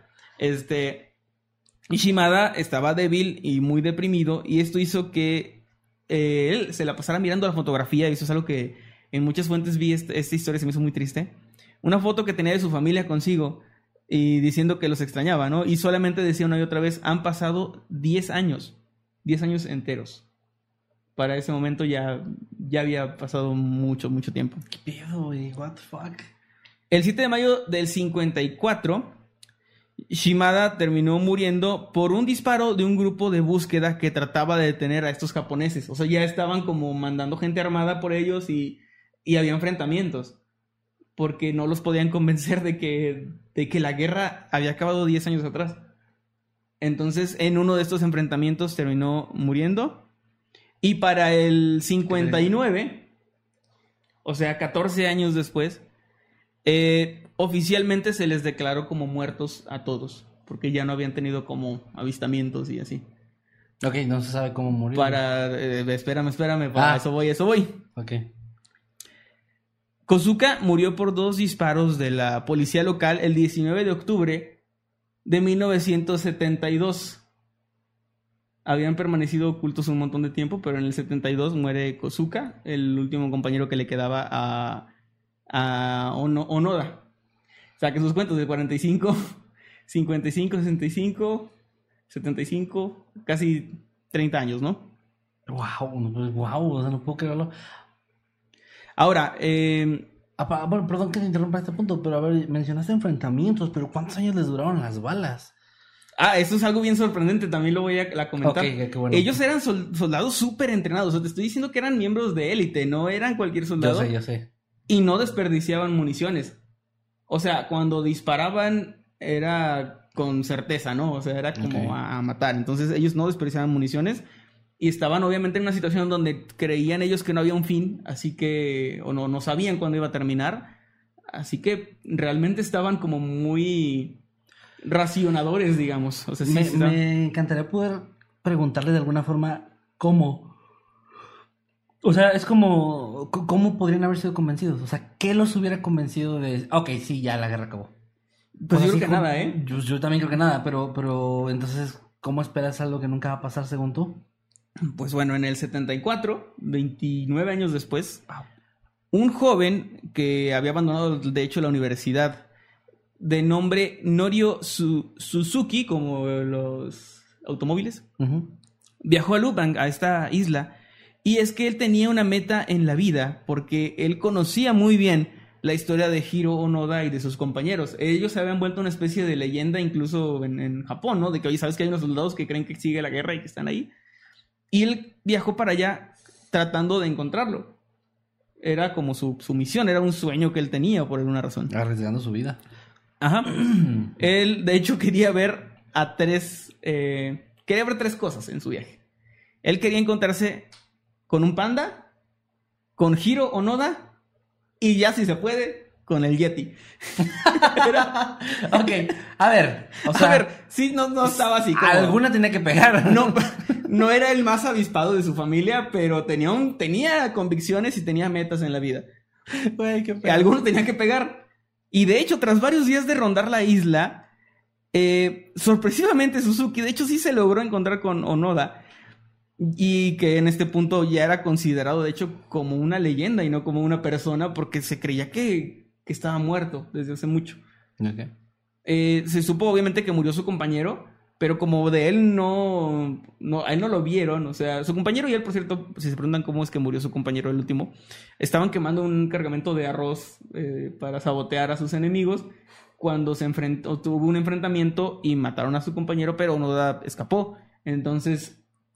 Shimada estaba débil y muy deprimido, y esto hizo que él se la pasara mirando la fotografía, y eso es algo que en muchas fuentes vi. Esta historia se me hizo muy triste. Una foto que tenía de su familia consigo y diciendo que los extrañaba, ¿no? Y solamente decía una y otra vez, han pasado 10 años. 10 años enteros. Para ese momento ya había pasado mucho tiempo. ¿Qué pedo, güey? What the fuck? El 7 de mayo del 54, Shimada terminó muriendo por un disparo de un grupo de búsqueda que trataba de detener a estos japoneses. O sea, ya estaban como mandando gente armada por ellos y había enfrentamientos. Porque no los podían convencer de que la guerra había acabado 10 años atrás. Entonces, en uno de estos enfrentamientos terminó muriendo. Y para el 59, o sea, 14 años después, oficialmente se les declaró como muertos a todos. Porque ya no habían tenido como avistamientos y así. Ok, no se sabe cómo murió. Espérame, eso voy. Ok. Kozuka murió por 2 disparos de la policía local el 19 de octubre de 1972. Habían permanecido ocultos un montón de tiempo, pero en el 72 muere Kozuka, el último compañero que le quedaba a Onoda. O sea, que sus cuentos de 45, 55, 65, 75, casi 30 años, ¿no? Wow, o sea, no puedo creerlo. Ahora, Bueno, perdón que te interrumpa este punto, pero a ver, mencionaste enfrentamientos, pero ¿cuántos años les duraron las balas? Esto es algo bien sorprendente, también lo voy a comentar. Ok, qué bueno. Ellos eran soldados súper entrenados, o sea, te estoy diciendo que eran miembros de élite, no eran cualquier soldado. Yo sé. Y no desperdiciaban municiones. O sea, cuando disparaban era con certeza, ¿no? O sea, era como a matar. Entonces ellos no desperdiciaban municiones y estaban obviamente en una situación donde creían ellos que no había un fin, así que, o no sabían cuándo iba a terminar. Así que realmente estaban como muy racionadores, digamos. O sea, sí, me encantaría poder preguntarle de alguna forma cómo. O sea, es como, ¿cómo podrían haber sido convencidos? O sea, ¿qué los hubiera convencido de... Ok, sí, ya la guerra acabó. Pues yo creo que nada, ¿eh? Yo también creo que nada, pero entonces, ¿cómo esperas algo que nunca va a pasar según tú? Pues bueno, en el 74, 29 años después, un joven que había abandonado, de hecho, la universidad, de nombre Norio Suzuki, como los automóviles, viajó a Lubang, a esta isla, y es que él tenía una meta en la vida, porque él conocía muy bien la historia de Hiro Onoda y de sus compañeros. Ellos se habían vuelto una especie de leyenda incluso en Japón, ¿no? De que, oye, ¿sabes que hay unos soldados que creen que sigue la guerra y que están ahí? Y él viajó para allá tratando de encontrarlo. Era como su misión, era un sueño que él tenía por alguna razón. Arriesgando su vida. Ajá. Él, de hecho, quería ver tres cosas en su viaje. Él quería encontrarse con un panda, con Hiro Onoda y ya si se puede, con el Yeti. Ok, a ver. O sea, a ver, sí, no estaba así. Como, alguna tenía que pegar. No era el más avispado de su familia, pero tenía convicciones y tenía metas en la vida. Güey, qué pedo. Alguno tenía que pegar. Y de hecho, tras varios días de rondar la isla, sorpresivamente Suzuki, de hecho, sí se logró encontrar con Onoda. Y que en este punto ya era considerado, de hecho, como una leyenda y no como una persona, porque se creía que estaba muerto desde hace mucho. Okay. Se supo, obviamente, que murió su compañero, pero como de él a él no lo vieron, o sea, su compañero y él, por cierto, si se preguntan cómo es que murió su compañero el último, estaban quemando un cargamento de arroz para sabotear a sus enemigos cuando tuvo un enfrentamiento y mataron a su compañero, pero Onoda escapó. Entonces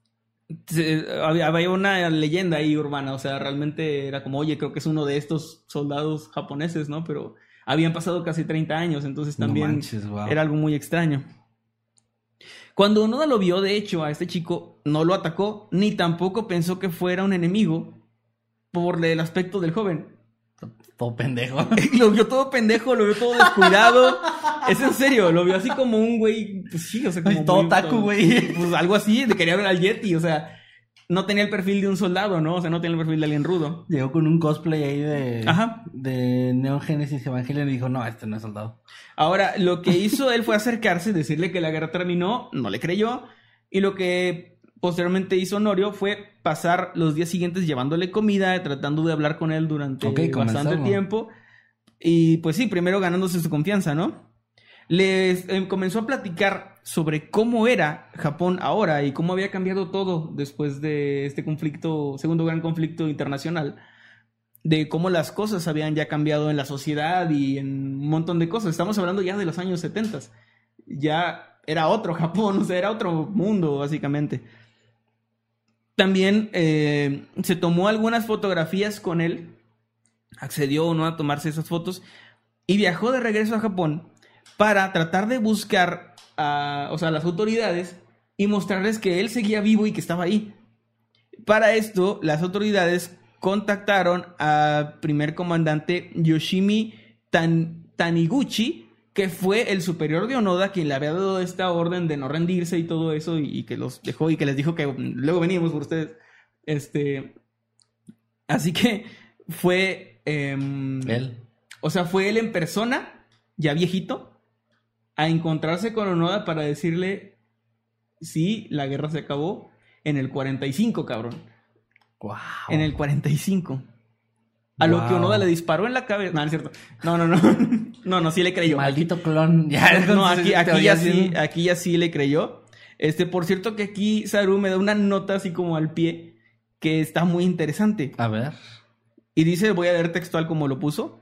había una leyenda ahí urbana, o sea, realmente era como, oye, creo que es uno de estos soldados japoneses, ¿no? Pero habían pasado casi 30 años, entonces también era algo muy extraño. Cuando Onoda lo vio, de hecho, a este chico no lo atacó, ni tampoco pensó que fuera un enemigo por el aspecto del joven. Todo pendejo. Lo vio todo pendejo, lo vio todo descuidado. Es en serio, lo vio así como un güey, pues sí, o sea, como todo taco, güey. Pues algo así, de quería ver al Yeti, o sea, no tenía el perfil de un soldado, ¿no? O sea, no tenía el perfil de alguien rudo. Llegó con un cosplay ahí de Neon Genesis Evangelion y dijo, no, este no es soldado. Ahora, lo que hizo él fue acercarse, decirle que la guerra terminó, no le creyó, y lo que posteriormente hizo Norio fue pasar los días siguientes llevándole comida, tratando de hablar con él durante bastante tiempo, y pues sí, primero ganándose su confianza, ¿no? Les comenzó a platicar sobre cómo era Japón ahora y cómo había cambiado todo después de este conflicto, segundo gran conflicto internacional, de cómo las cosas habían ya cambiado en la sociedad y en un montón de cosas. Estamos hablando ya de los años 70. Ya era otro Japón, o sea, era otro mundo, básicamente. También se tomó algunas fotografías con él, accedió ¿no? a tomarse esas fotos y viajó de regreso a Japón para tratar de buscar a las autoridades y mostrarles que él seguía vivo y que estaba ahí. Para esto, las autoridades contactaron al primer comandante Yoshimi Taniguchi, que fue el superior de Onoda, quien le había dado esta orden de no rendirse y todo eso, y que los dejó y que les dijo que luego veníamos por ustedes. Así que fue él. O sea, fue él en persona, ya viejito, a encontrarse con Onoda para decirle sí, la guerra se acabó en el 45, cabrón. Wow. En el 45. A lo que Onoda le disparó en la cabeza. No, no es cierto. No, sí le creyó. Maldito clon. No, aquí ya sí le creyó. Por cierto que aquí Saru me da una nota así como al pie que está muy interesante. A ver. Y dice, voy a leer textual como lo puso.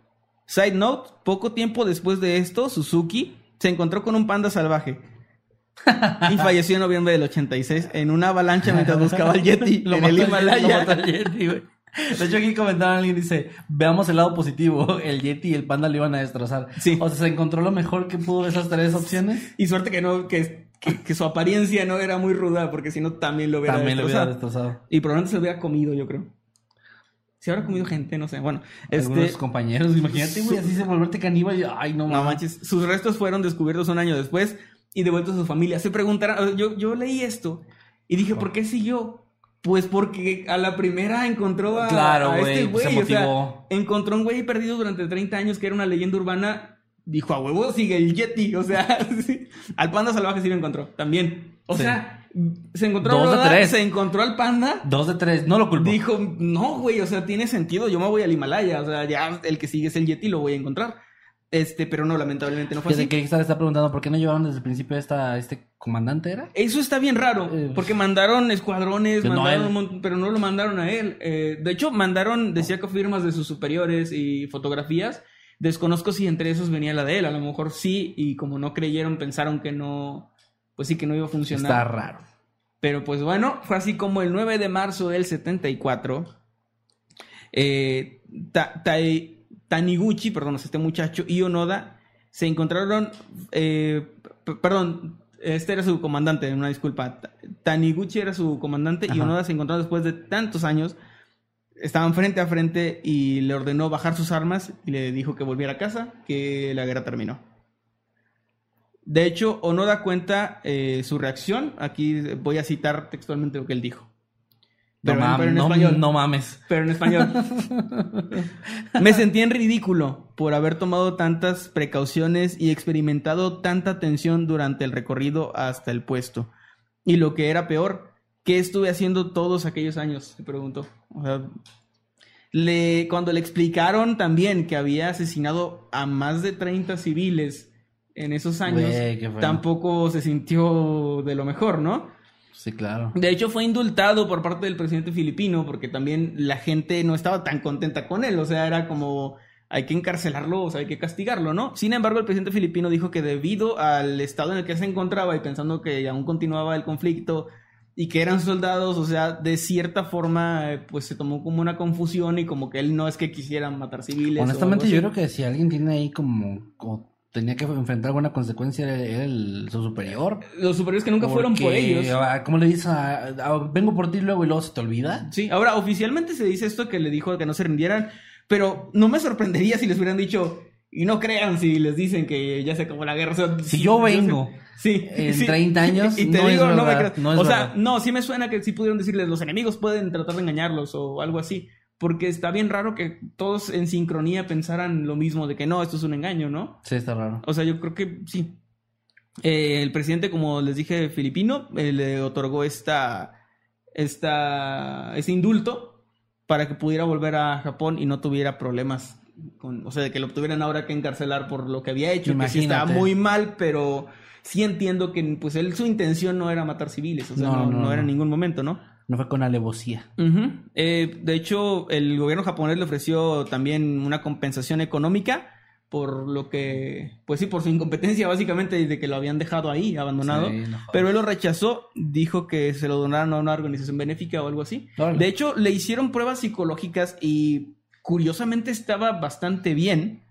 Side note, poco tiempo después de esto, Suzuki se encontró con un panda salvaje y falleció en noviembre del 86 en una avalancha mientras buscaba al Yeti en el Himalaya. De hecho, aquí comentaron, alguien dice, veamos el lado positivo, el Yeti y el panda lo iban a destrozar. Sí. O sea, se encontró lo mejor que pudo de esas tres opciones. Y suerte que no, que su apariencia no era muy ruda, porque si no también lo hubiera destrozado. Y probablemente se lo hubiera comido, yo creo. Si habrá comido gente, no sé. Bueno, algunos compañeros, imagínate, güey, así se volverte caníbal y ay, no manches. Sus restos fueron descubiertos un año después y devueltos a su familia. Se preguntarán, yo leí esto y dije, ¿por qué siguió? Pues porque a la primera encontró a este güey. O sea, encontró un güey perdido durante 30 años que era una leyenda urbana. Dijo, a huevo, sigue el Yeti. O sea, sí. Al panda salvaje sí lo encontró también. O sea, se encontró 2 de 3. Se encontró al panda. 2 de 3, no lo culpo. Dijo, no, güey, o sea, tiene sentido. Yo me voy al Himalaya. O sea, ya el que sigue es el Yeti, lo voy a encontrar. Pero no, lamentablemente no fue así. Que está preguntando por qué no llevaron desde el principio a este comandante, ¿era? Eso está bien raro, porque mandaron escuadrones, pero no lo mandaron a él. De hecho, decía que firmas de sus superiores y fotografías. Desconozco si entre esos venía la de él, a lo mejor sí, y como no creyeron, pensaron que no, pues sí, que no iba a funcionar. Está raro. Pero pues bueno, fue así como el 9 de marzo del 74, Taniguchi, perdón, este muchacho, y Onoda se encontraron, este era su comandante, una disculpa. Taniguchi era su comandante. Ajá. Y Onoda se encontraron después de tantos años. Estaban frente a frente y le ordenó bajar sus armas y le dijo que volviera a casa, que la guerra terminó. De hecho, Onoda cuenta su reacción. Aquí voy a citar textualmente lo que él dijo. Pero en español. No mames. Pero en español. Me sentí en ridículo por haber tomado tantas precauciones y experimentado tanta tensión durante el recorrido hasta el puesto. Y lo que era peor, ¿qué estuve haciendo todos aquellos años? Se preguntó. O sea, cuando le explicaron también que había asesinado a más de 30 civiles en esos años, tampoco se sintió de lo mejor, ¿no? Sí, claro. De hecho, fue indultado por parte del presidente filipino porque también la gente no estaba tan contenta con él. O sea, era como, hay que encarcelarlo, o sea, hay que castigarlo, ¿no? Sin embargo, el presidente filipino dijo que debido al estado en el que se encontraba y pensando que aún continuaba el conflicto y que eran soldados, o sea, de cierta forma, pues se tomó como una confusión y como que él no es que quisiera matar civiles. Honestamente, yo creo que si alguien tiene ahí como tenía que enfrentar alguna consecuencia, era su superior. Los superiores que nunca fueron por ellos. ¿Cómo le dices? Vengo por ti luego y luego se te olvida. Sí, ahora oficialmente se dice esto que le dijo que no se rindieran, pero no me sorprendería si les hubieran dicho, y no crean si les dicen que ya se acabó la guerra. O sea, si yo vengo en 30 años, y te no digo, es no me verdad, creas. no es o verdad. sea, no, sí me suena que sí pudieron decirles, los enemigos pueden tratar de engañarlos o algo así. Porque está bien raro que todos en sincronía pensaran lo mismo, de que no, esto es un engaño, ¿no? Sí, está raro. O sea, yo creo que sí. El presidente, como les dije, filipino, le otorgó ese indulto para que pudiera volver a Japón y no tuviera problemas o sea, de que lo tuvieran ahora que encarcelar por lo que había hecho. Imagínate. Que sí estaba muy mal, pero sí entiendo que pues su intención no era matar civiles. O sea, no era en ningún momento, ¿no? No fue con alevosía. Uh-huh. De hecho, el gobierno japonés le ofreció también una compensación económica por lo que, pues sí, por su incompetencia básicamente desde que lo habían dejado ahí, abandonado. Sí, no, pero él lo rechazó, dijo que se lo donaron a una organización benéfica o algo así. Vale. De hecho, le hicieron pruebas psicológicas y curiosamente estaba bastante bien.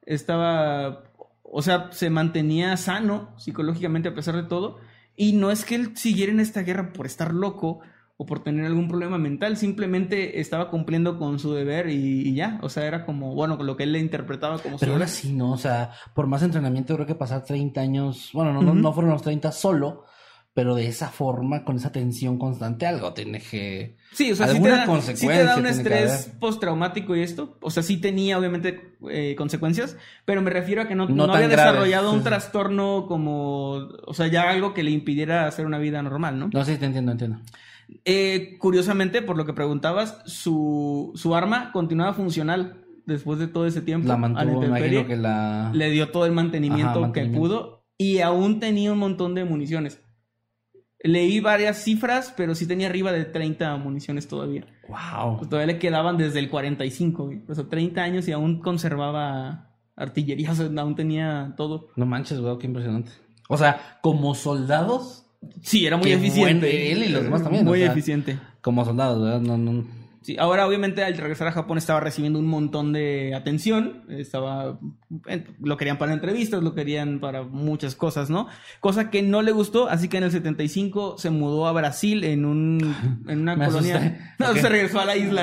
O sea, se mantenía sano psicológicamente a pesar de todo. Y no es que él siguiera en esta guerra por estar loco o por tener algún problema mental, simplemente estaba cumpliendo con su deber y ya, o sea, era como, bueno, con lo que él le interpretaba como su deber. Pero ahora sí, ¿no? O sea, por más entrenamiento creo que pasar 30 años, bueno, no fueron los 30 solo, pero de esa forma, con esa tensión constante, algo tiene que... Sí, o sea, sí te da un estrés postraumático y esto, o sea, sí tenía obviamente consecuencias, pero me refiero a que no había desarrollado un trastorno como, o sea, ya algo que le impidiera hacer una vida normal, ¿no? No, sí, te entiendo. Curiosamente, por lo que preguntabas, su arma continuaba funcional después de todo ese tiempo. La mantuvo, me imagino que le dio todo el mantenimiento que pudo y aún tenía un montón de municiones. Leí varias cifras, pero sí tenía arriba de 30 municiones todavía. Wow. Pues todavía le quedaban desde el 45, güey. O sea, 30 años y aún conservaba artillería, o sea, aún tenía todo. No manches, güey, qué impresionante. O sea, como soldados... Sí, era muy Qué eficiente. bueno, él y los demás también. Muy o sea, eficiente. Como soldados, ¿verdad? No. Sí, ahora obviamente al regresar a Japón estaba recibiendo un montón de atención, lo querían para entrevistas, lo querían para muchas cosas, ¿no? Cosa que no le gustó, así que en el 75 se mudó a Brasil en una Me colonia. asusté. No, Okay. se regresó a la isla,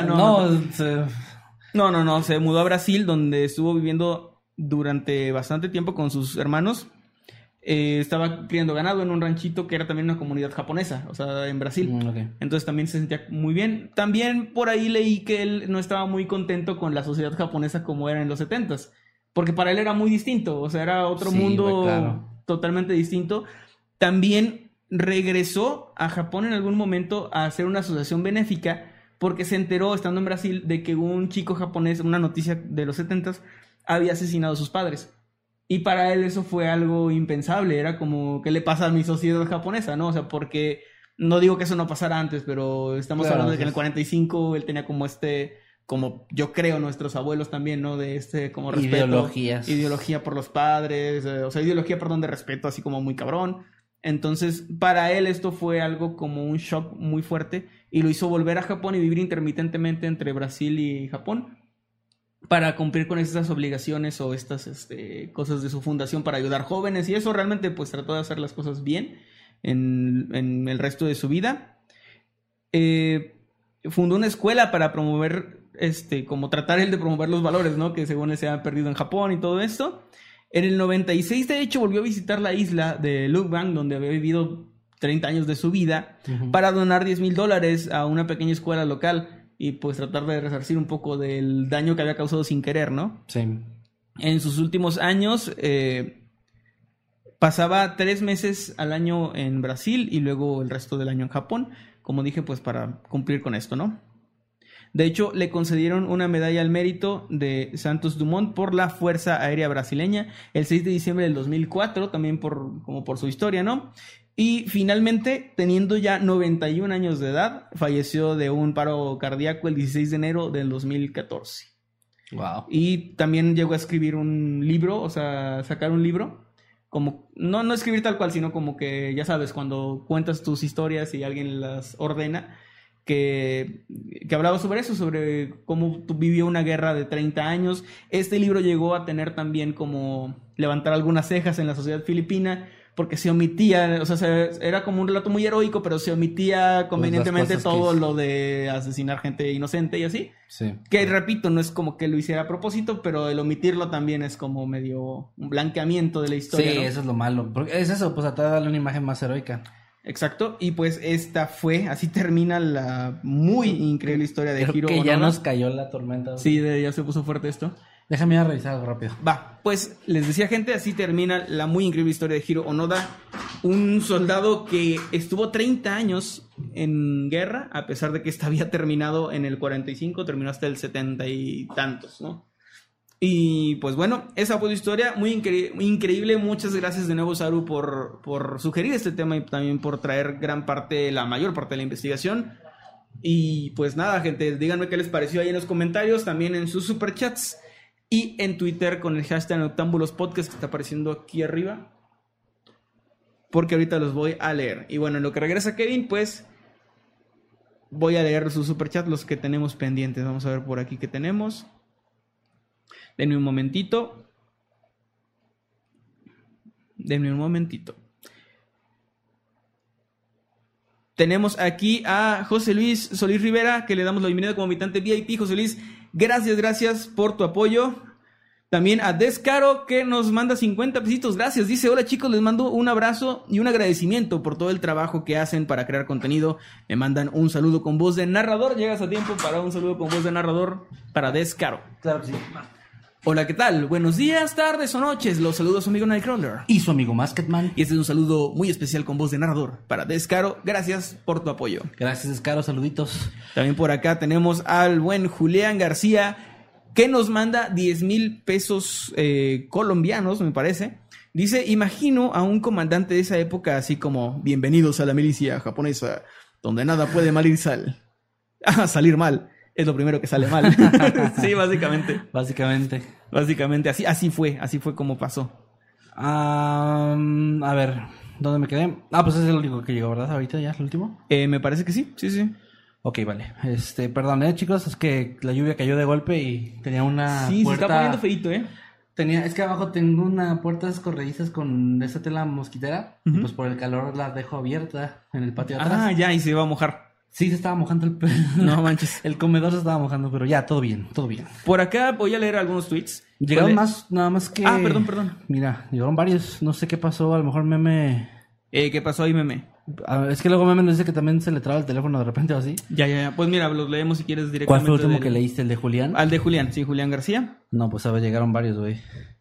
No, se mudó a Brasil, donde estuvo viviendo durante bastante tiempo con sus hermanos. Estaba criando ganado en un ranchito que era también una comunidad japonesa, o sea, en Brasil. Okay. Entonces también se sentía muy bien. También por ahí leí que él no estaba muy contento con la sociedad japonesa como era en los 70s, porque para él era muy distinto, o sea, era otro mundo, güey, claro. Totalmente distinto. También regresó a Japón en algún momento a hacer una asociación benéfica porque se enteró, estando en Brasil, de que un chico japonés, una noticia de los 70s, había asesinado a sus padres. Y para él eso fue algo impensable, era como, ¿qué le pasa a mi sociedad japonesa, no? O sea, porque no digo que eso no pasara antes, pero estamos hablando de que en el 45 él tenía como yo creo nuestros abuelos también, ¿no? De como respeto. Ideología por los padres, ideología, perdón, de respeto, así como muy cabrón. Entonces, para él esto fue algo como un shock muy fuerte y lo hizo volver a Japón y vivir intermitentemente entre Brasil y Japón, para cumplir con estas obligaciones o estas cosas de su fundación para ayudar jóvenes, y eso realmente pues trató de hacer las cosas bien en el resto de su vida. Fundó una escuela para promover, como tratar él de promover los valores, ¿no? Que según él se habían perdido en Japón y todo esto. En el 96, de hecho, volvió a visitar la isla de Lubang, donde había vivido 30 años de su vida, para donar $10,000 a una pequeña escuela local y pues tratar de resarcir un poco del daño que había causado sin querer, ¿no? Sí. En sus últimos años pasaba 3 meses al año en Brasil y luego el resto del año en Japón, como dije, pues para cumplir con esto, ¿no? De hecho, le concedieron una medalla al mérito de Santos Dumont por la Fuerza Aérea Brasileña el 6 de diciembre del 2004, también como por su historia, ¿no? Y finalmente, teniendo ya 91 años de edad, falleció de un paro cardíaco el 16 de enero del 2014. Wow. Y también llegó a escribir un libro, o sea, sacar un libro, como no escribir tal cual, sino como que, ya sabes, cuando cuentas tus historias y alguien las ordena, que hablaba sobre eso, sobre cómo vivió una guerra de 30 años. Este libro llegó a tener también como levantar algunas cejas en la sociedad filipina, porque se omitía, o sea, era como un relato muy heroico, pero se omitía convenientemente todo lo de asesinar gente inocente y así. Sí. Que, repito, no es como que lo hiciera a propósito, pero el omitirlo también es como medio un blanqueamiento de la historia, Sí, ¿no? eso es lo malo. Porque es eso, pues a darle una imagen más heroica. Exacto, y pues así termina la muy increíble historia de Hiro Onoda. Que ya Onoda. nos cayó la tormenta. Sí, ya se puso fuerte esto. Déjame ir a revisar algo rápido. Va, pues les decía, gente, así termina la muy increíble historia de Hiro Onoda, un soldado que estuvo 30 años en guerra, a pesar de que esta había terminado en el 45, terminó hasta el 70 y tantos, ¿no? Y pues bueno, esa fue su historia, muy increíble. Muchas gracias de nuevo, Saru, por sugerir este tema y también por traer la mayor parte de la investigación. Y pues nada, gente, díganme qué les pareció ahí en los comentarios, también en sus superchats y en Twitter con el hashtag Noctámbulos Podcast que está apareciendo aquí arriba, porque ahorita los voy a leer. Y bueno, en lo que regresa Kevin, pues voy a leer sus superchats, los que tenemos pendientes. Vamos a ver por aquí qué tenemos. Denme un momentito. Tenemos aquí a José Luis Solís Rivera, que le damos la bienvenida como habitante VIP. José Luis, gracias por tu apoyo. También a Descaro, que nos manda 50 pesitos. Gracias, dice: hola chicos, les mando un abrazo y un agradecimiento por todo el trabajo que hacen para crear contenido. Me mandan un saludo con voz de narrador. Llegas a tiempo para un saludo con voz de narrador para Descaro. Claro que sí. Hola, ¿qué tal? Buenos días, tardes o noches. Los saludos a su amigo Nightcrawler. Y su amigo Masketman. Y este es un saludo muy especial con voz de narrador para Descaro. Gracias por tu apoyo. Gracias, Descaro. Saluditos. También por acá tenemos al buen Julián García, que nos manda 10,000 pesos colombianos, me parece. Dice, imagino a un comandante de esa época así como, bienvenidos a la milicia japonesa, donde nada puede salir mal. Es lo primero que sale mal. Sí, básicamente. Básicamente, así fue como pasó. A ver, ¿dónde me quedé? Pues es el único que llegó, ¿verdad? Ahorita ya es el último. Me parece que sí. Ok, vale. Perdón, chicos, es que la lluvia cayó de golpe y tenía una puerta... Sí, se está poniendo feíto, Es que abajo tengo una puerta escorredizas con esa tela mosquitera. Y pues por el calor la dejo abierta en el patio de atrás. Ya, y se va a mojar. Sí, se estaba mojando No manches. El comedor se estaba mojando, pero ya, todo bien. Por acá voy a leer algunos tweets. Llegaron más, nada más que... Perdón. Mira, llegaron varios. No sé qué pasó, a lo mejor Meme... ¿Qué pasó ahí, Meme? Es que luego Meme nos dice que también se le traba el teléfono de repente o así. Ya. Pues mira, los leemos si quieres directamente. ¿Cuál fue el último que leíste? ¿El de Julián? Al de Julián, sí, Julián García. No, pues a ver, llegaron varios, güey.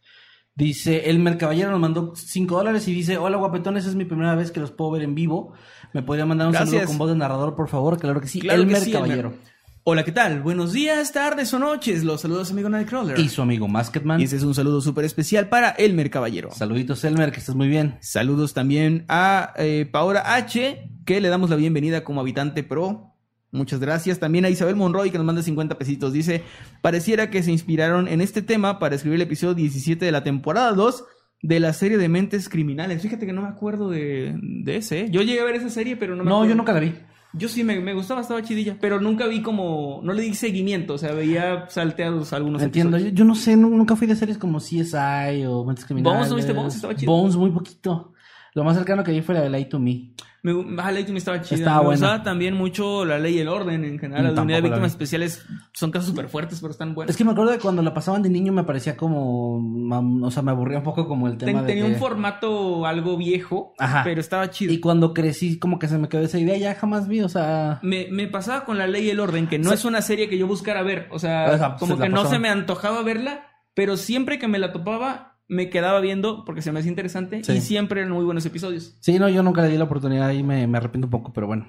Dice, Elmer Caballero nos mandó $5 y dice, hola guapetones, es mi primera vez que los puedo ver en vivo. ¿Me podría mandar un saludo con voz de narrador, por favor? Claro que sí, claro Elmer que sí, Caballero. Hola, ¿qué tal? Buenos días, tardes o noches. Los saludos amigo Nightcrawler. Y su amigo Masketman. Y ese es un saludo súper especial para Elmer Caballero. Saluditos, Elmer, que estés muy bien. Saludos también a Paola H, que le damos la bienvenida como habitante pro. Muchas gracias. También a Isabel Monroy, que nos manda 50 pesitos. Dice, pareciera que se inspiraron en este tema para escribir el episodio 17 de la temporada 2 de la serie de Mentes Criminales. Fíjate que no me acuerdo de ese. Yo llegué a ver esa serie, pero no me acuerdo. Yo nunca la vi. Yo sí me gustaba, estaba chidilla, pero nunca vi no le di seguimiento, o sea, veía salteados algunos Entiendo, episodios. yo no sé, nunca fui de series como CSI o Mentes Criminales. Bones, ¿no viste Bones? Estaba chido. Bones, muy poquito. Lo más cercano que vi fue la de Lie to Me. La Ley to Me estaba chida. Estaba buena. Me gustaba también mucho La Ley y el Orden en general. Las unidades de víctimas especiales son casos súper fuertes, pero están buenas. Es que me acuerdo de cuando la pasaban de niño me parecía como... O sea, me aburría un poco como el tema Tenía un formato algo viejo, pero estaba chido. Y cuando crecí como que se me quedó esa idea, ya jamás vi, o sea... Me pasaba con La Ley y el Orden, que no es una serie que yo buscara ver. O sea, como que no se me antojaba verla, pero siempre que me la topaba... me quedaba viendo porque se me hacía interesante y siempre eran muy buenos episodios. Sí, no, yo nunca le di la oportunidad y me arrepiento un poco, pero bueno.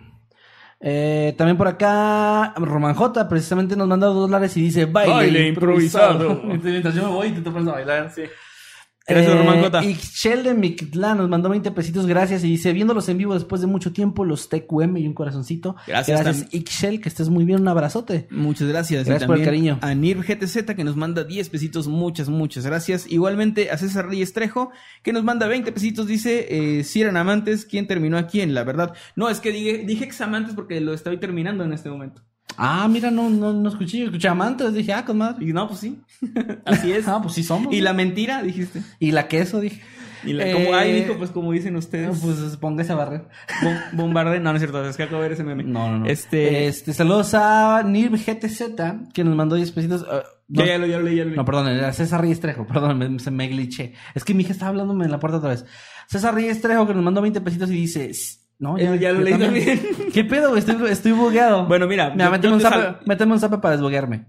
También por acá, Roman J precisamente nos manda $2 y dice baile improvisado. Mientras yo me voy y te pones a bailar. Sí. Gracias, Roman J. Y Sheldon Mictlán nos mandó 20 pesitos, gracias. Y dice, viéndolos en vivo después de mucho tiempo, los TQM y un corazoncito. Gracias, Ixchel, que estés muy bien, un abrazote. Muchas gracias. Gracias por el cariño. A Nir GTZ, que nos manda 10 pesitos, muchas gracias. Igualmente a César Reyes Trejo, que nos manda 20 pesitos, dice, si eran amantes, ¿quién terminó a quién? La verdad. No, es que dije examantes porque lo estoy terminando en este momento. Mira, no escuché amantes, dije, con madre. Y no, pues sí, así es. Pues sí somos. Y la mentira, dijiste. Y la queso, dije. Y dijo, pues como dicen ustedes. Pues póngase a barrer. Bombarde, no es cierto, es que acabo de ver ese meme. No. Saludos a Nir GTZ, que nos mandó 10 pesitos. Ya lo leí. No, perdón, era César Reyes Trejo, perdón, me glitché. Es que mi hija estaba hablándome en la puerta otra vez. César Reyes Trejo, que nos mandó 20 pesitos y dice... No, ya lo leí también. ¿Qué pedo, güey? Estoy bugueado. Bueno, mira. Méteme un zape para desbuguearme.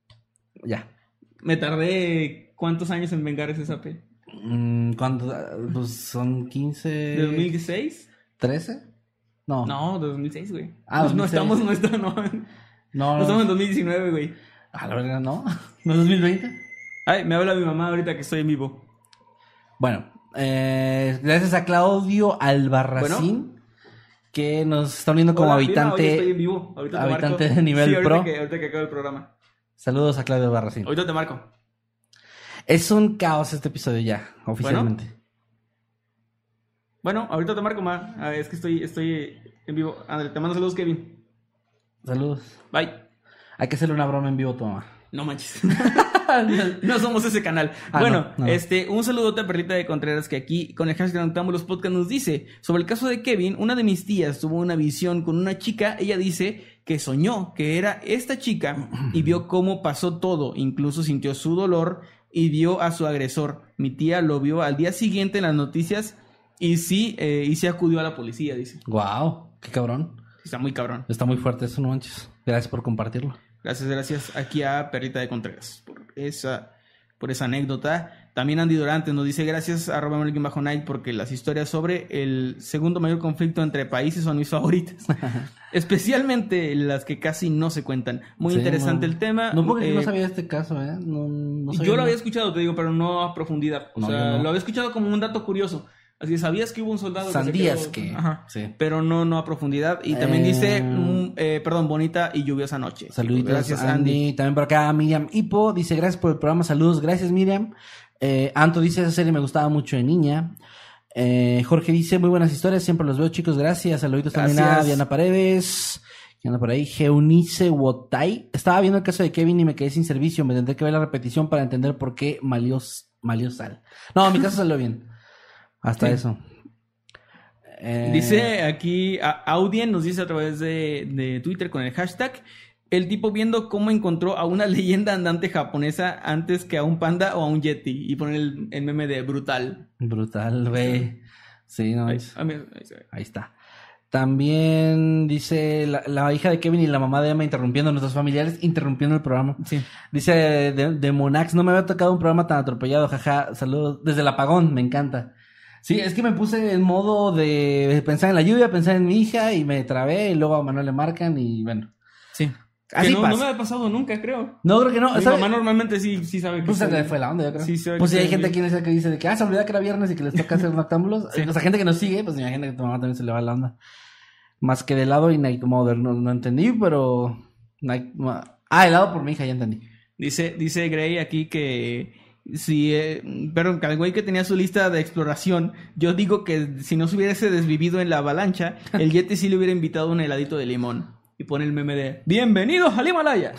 Ya. Me tardé... ¿Cuántos años en vengar ese zape? ¿Cuántos? Pues son 15... ¿De 2016? ¿13? No, de 2006, güey. No estamos... No estamos en 2019, güey. La verdad, ¿no? ¿No es 2020? Ay, me habla mi mamá ahorita que estoy en vivo. Bueno, gracias a Claudio Albarracín, que nos está uniendo como habitante. Estoy en vivo. Ahorita habitante de nivel pro. Ahorita que acabe el programa. Saludos a Claudio Albarracín. Ahorita te marco. Es un caos este episodio ya, oficialmente. Bueno, ahorita te marco, ma. Es que estoy en vivo. André, te mando saludos, Kevin. Saludos. Bye. Hay que hacerle una broma en vivo a tu mamá. No manches. No somos ese canal. Bueno, no. Un saludote a Perlita de Contreras, que aquí con el hashtag Noctámbulos Podcast nos dice: sobre el caso de Kevin, una de mis tías tuvo una visión con una chica. Ella dice que soñó que era esta chica y vio cómo pasó todo. Incluso sintió su dolor y vio a su agresor. Mi tía lo vio al día siguiente en las noticias y se acudió a la policía, dice. Wow, qué cabrón. Está muy cabrón. Está muy fuerte eso, no manches. Gracias por compartirlo. Gracias aquí a Perrita de Contreras por esa anécdota. También Andy Dorantes nos dice: gracias a @Manuel_Night porque las historias sobre el segundo mayor conflicto entre países son mis favoritas. Especialmente las que casi no se cuentan. Muy interesante el tema. No, porque no sabía este caso, ¿eh? No sabía. Yo lo había escuchado, te digo, pero no a profundidad. O sea, no. Lo había escuchado como un dato curioso. Así, ¿sabías que hubo un soldado Sandías que se quedó? Ajá. Sí. Pero no a profundidad. Y también dice, bonita y lluviosa noche. Saluditos, gracias, Andy. También por acá Miriam Hippo dice: gracias por el programa, saludos. Gracias, Miriam. Anto dice: esa serie me gustaba mucho de niña. Jorge dice: muy buenas historias, siempre los veo, chicos, gracias. Saluditos también a Diana Paredes, que anda por ahí. Geunice Wotai: estaba viendo el caso de Kevin y me quedé sin servicio, me tendré que ver la repetición para entender por qué malió sal. No, mi caso salió bien. Hasta eso. Dice aquí, Audien nos dice a través de Twitter con el hashtag: el tipo viendo cómo encontró a una leyenda andante japonesa antes que a un panda o a un yeti. Y pone el meme de brutal. Brutal, güey. Sí, no. Ahí está. También dice la hija de Kevin y la mamá de Emma interrumpiendo, nuestros familiares interrumpiendo el programa. Sí. Dice de Monax: no me había tocado un programa tan atropellado, jaja. Saludos desde el apagón, me encanta. Sí, es que me puse en modo de pensar en la lluvia, pensar en mi hija y me trabé y luego a Manuel le marcan y bueno. Sí. Así no pasa. me ha pasado nunca, creo. No, creo que no. Mi mamá normalmente sí sabe que... Pues se le fue la onda, yo creo. Sí, sabe pues que sí, hay estoy gente aquí en esa que dice de que se olvidó que era viernes y que les toca hacer noctámbulos. Sí. O sea, gente que nos sigue, pues imagínate que tu mamá también se le va la onda. Más que de helado y Night Mother, no entendí, pero... helado por mi hija, ya entendí. Dice Gray aquí que... Sí, pero el güey que tenía su lista de exploración, yo digo que si no se hubiese desvivido en la avalancha, el Yeti sí le hubiera invitado un heladito de limón. Y pone el meme de ¡bienvenidos al Himalaya!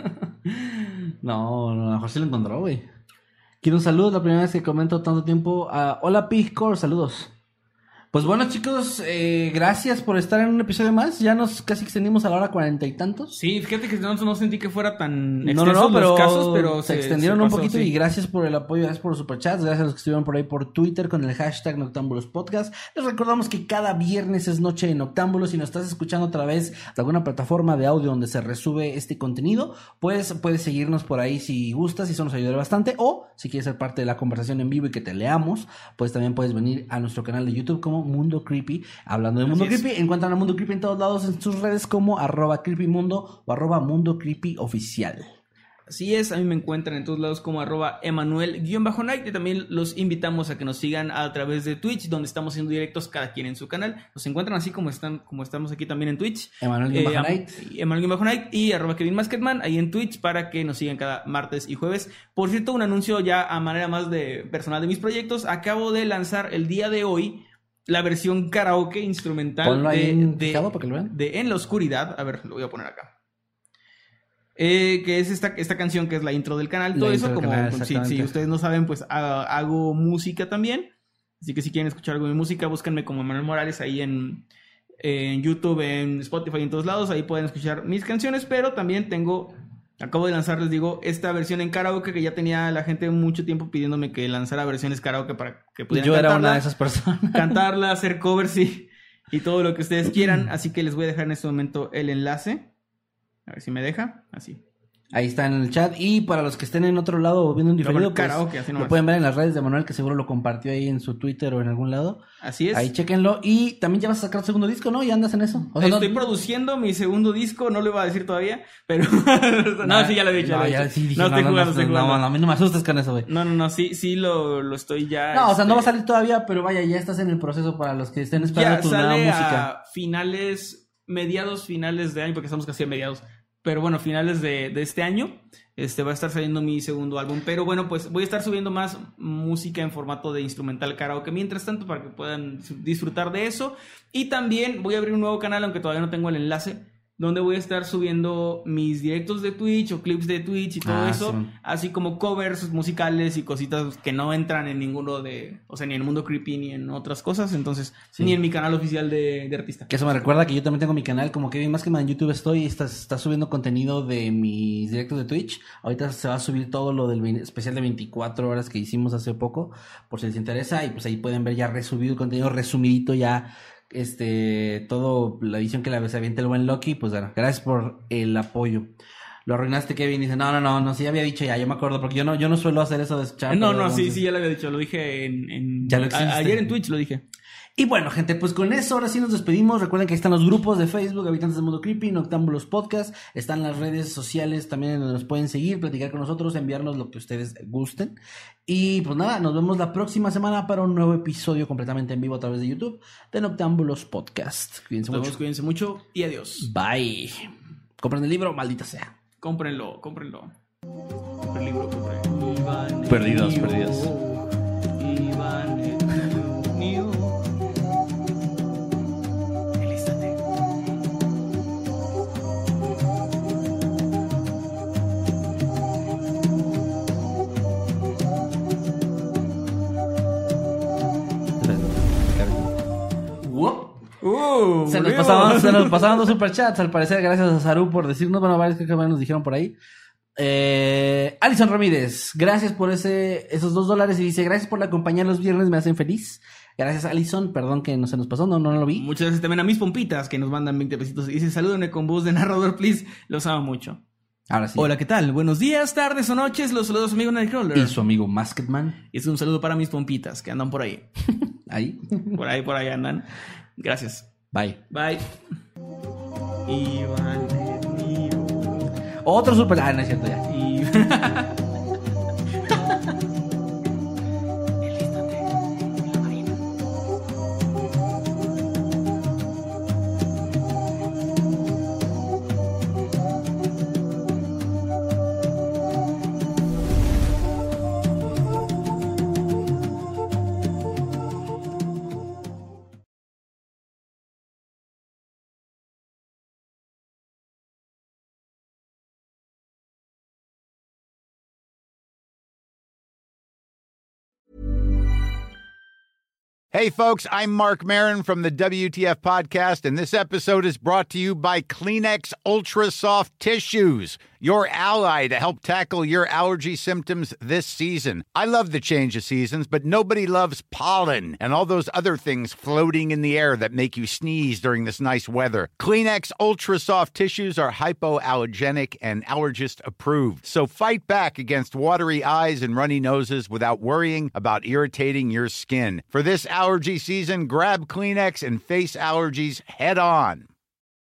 No, a lo mejor sí lo encontró, güey. Quiero un saludo, la primera vez que comento tanto tiempo. Hola, Pigcore, saludos. Pues bueno, chicos, gracias por estar en un episodio más. Ya nos casi extendimos a la hora 40 y tantos. Sí, fíjate que no sentí que fuera tan extensos los casos, pero se extendieron un poquito. Sí. Y gracias por el apoyo, gracias por los superchats, gracias a los que estuvieron por ahí por Twitter con el hashtag Noctámbulos Podcast. Les recordamos que cada viernes es noche de Noctámbulos. Si nos estás escuchando otra vez de alguna plataforma de audio donde se resube este contenido, pues puedes seguirnos por ahí si gustas, y eso nos ayudará bastante. O si quieres ser parte de la conversación en vivo y que te leamos, pues también puedes venir a nuestro canal de YouTube como Mundo Creepy. Hablando de Mundo Creepy, encuentran a Mundo Creepy en todos lados en sus redes como @creepymundo o @Mundo Creepy Oficial. Así es, a mí me encuentran en todos lados como @Emanuel_Night, y también los invitamos a que nos sigan a través de Twitch, donde estamos haciendo directos cada quien en su canal. Nos encuentran así como estamos aquí también en Twitch. Emanuel_Night y @KevinMasketman ahí en Twitch para que nos sigan cada martes y jueves. Por cierto, un anuncio ya a manera más de personal de mis proyectos. Acabo de lanzar el día de hoy la versión karaoke instrumental para que lo vean. de En la Oscuridad. A ver, lo voy a poner acá. Que es esta canción que es la intro del canal. Todo eso, como si ustedes no saben, pues hago música también. Así que si quieren escuchar algo de música, búsquenme como Manuel Morales ahí en YouTube, en Spotify, en todos lados. Ahí pueden escuchar mis canciones, pero también acabo de lanzar, les digo, esta versión en karaoke que ya tenía la gente mucho tiempo pidiéndome que lanzara versiones karaoke para que pudieran cantarla. Yo era una de esas personas. Cantarla, hacer covers y todo lo que ustedes quieran. Así que les voy a dejar en este momento el enlace. A ver si me deja. Así. Ahí está en el chat. Y para los que estén en otro lado o viendo un diferido, karaoke, así lo pueden ver en las redes de Manuel, que seguro lo compartió ahí en su Twitter o en algún lado. Así es. Ahí chéquenlo. Y también ya vas a sacar tu segundo disco, ¿no? ¿Ya andas en eso? O sea, estoy produciendo mi segundo disco. No lo iba a decir todavía, pero... sí, ya lo he dicho. No, estoy jugando. No, a mí no me asustes con eso, güey. No, sí lo estoy ya... No, o sea, no va a salir todavía, pero vaya, ya estás en el proceso para los que estén esperando tu nueva música. Mediados, finales de año, porque estamos casi a mediados. Pero bueno, finales de este año va a estar saliendo mi segundo álbum. Pero bueno, pues voy a estar subiendo más música en formato de instrumental karaoke mientras tanto, para que puedan disfrutar de eso. Y también voy a abrir un nuevo canal, aunque todavía no tengo el enlace, donde voy a estar subiendo mis directos de Twitch o clips de Twitch y todo eso, sí. Así como covers musicales y cositas que no entran en ninguno o sea, ni en el Mundo Creepy ni en otras cosas, entonces, sí. Ni en mi canal oficial de artista. Que eso me recuerda que yo también tengo mi canal, como Kevin Masketman en YouTube está subiendo contenido de mis directos de Twitch. Ahorita se va a subir todo lo del especial de 24 horas que hicimos hace poco, por si les interesa, y pues ahí pueden ver ya resubido el contenido, resumidito ya, todo la edición que se avienta el buen Loki. Pues bueno, gracias por el apoyo. Lo arruinaste, Kevin. Dice, no, sí había dicho ya, yo me acuerdo, porque yo no suelo hacer eso de escuchar. Sí, ya lo había dicho, lo dije Ya lo existe. ayer en Twitch lo dije. Y bueno, gente, pues con eso ahora sí nos despedimos. Recuerden que ahí están los grupos de Facebook, Habitantes del Mundo Creepy, Noctámbulos Podcast. Están las redes sociales también donde nos pueden seguir, platicar con nosotros, enviarnos lo que ustedes gusten. Y pues nada, nos vemos la próxima semana para un nuevo episodio completamente en vivo a través de YouTube de Noctámbulos Podcast. Cuídense mucho y adiós. Bye. Compren el libro, maldita sea. Cómprenlo. Compren el libro, compren. Perdidos. Se nos pasaban 2 superchats, al parecer, gracias a Saru por decirnos, bueno, varios que nos dijeron por ahí. Alison Ramírez, gracias por esos $2 y dice, gracias por la compañía los viernes, me hacen feliz. Gracias, Alison, perdón que no se nos pasó, no lo vi. Muchas gracias también a mis pompitas que nos mandan 20 pesitos y dice, salúdenme con voz de narrador, please, los amo mucho. Ahora sí. Hola, ¿qué tal? Buenos días, tardes o noches, los saludos a su amigo Nightcrawler. Y su amigo Masketman. Y es un saludo para mis pompitas que andan por ahí. ¿Ahí? Por ahí andan. Gracias. Bye. Iván otro super... no es cierto ya. Hey, folks, I'm Mark Maron from the WTF Podcast, and this episode is brought to you by Kleenex Ultra Soft Tissues, your ally to help tackle your allergy symptoms this season. I love the change of seasons, but nobody loves pollen and all those other things floating in the air that make you sneeze during this nice weather. Kleenex Ultra Soft Tissues are hypoallergenic and allergist approved, so fight back against watery eyes and runny noses without worrying about irritating your skin. For this allergy season, grab Kleenex and face allergies head on.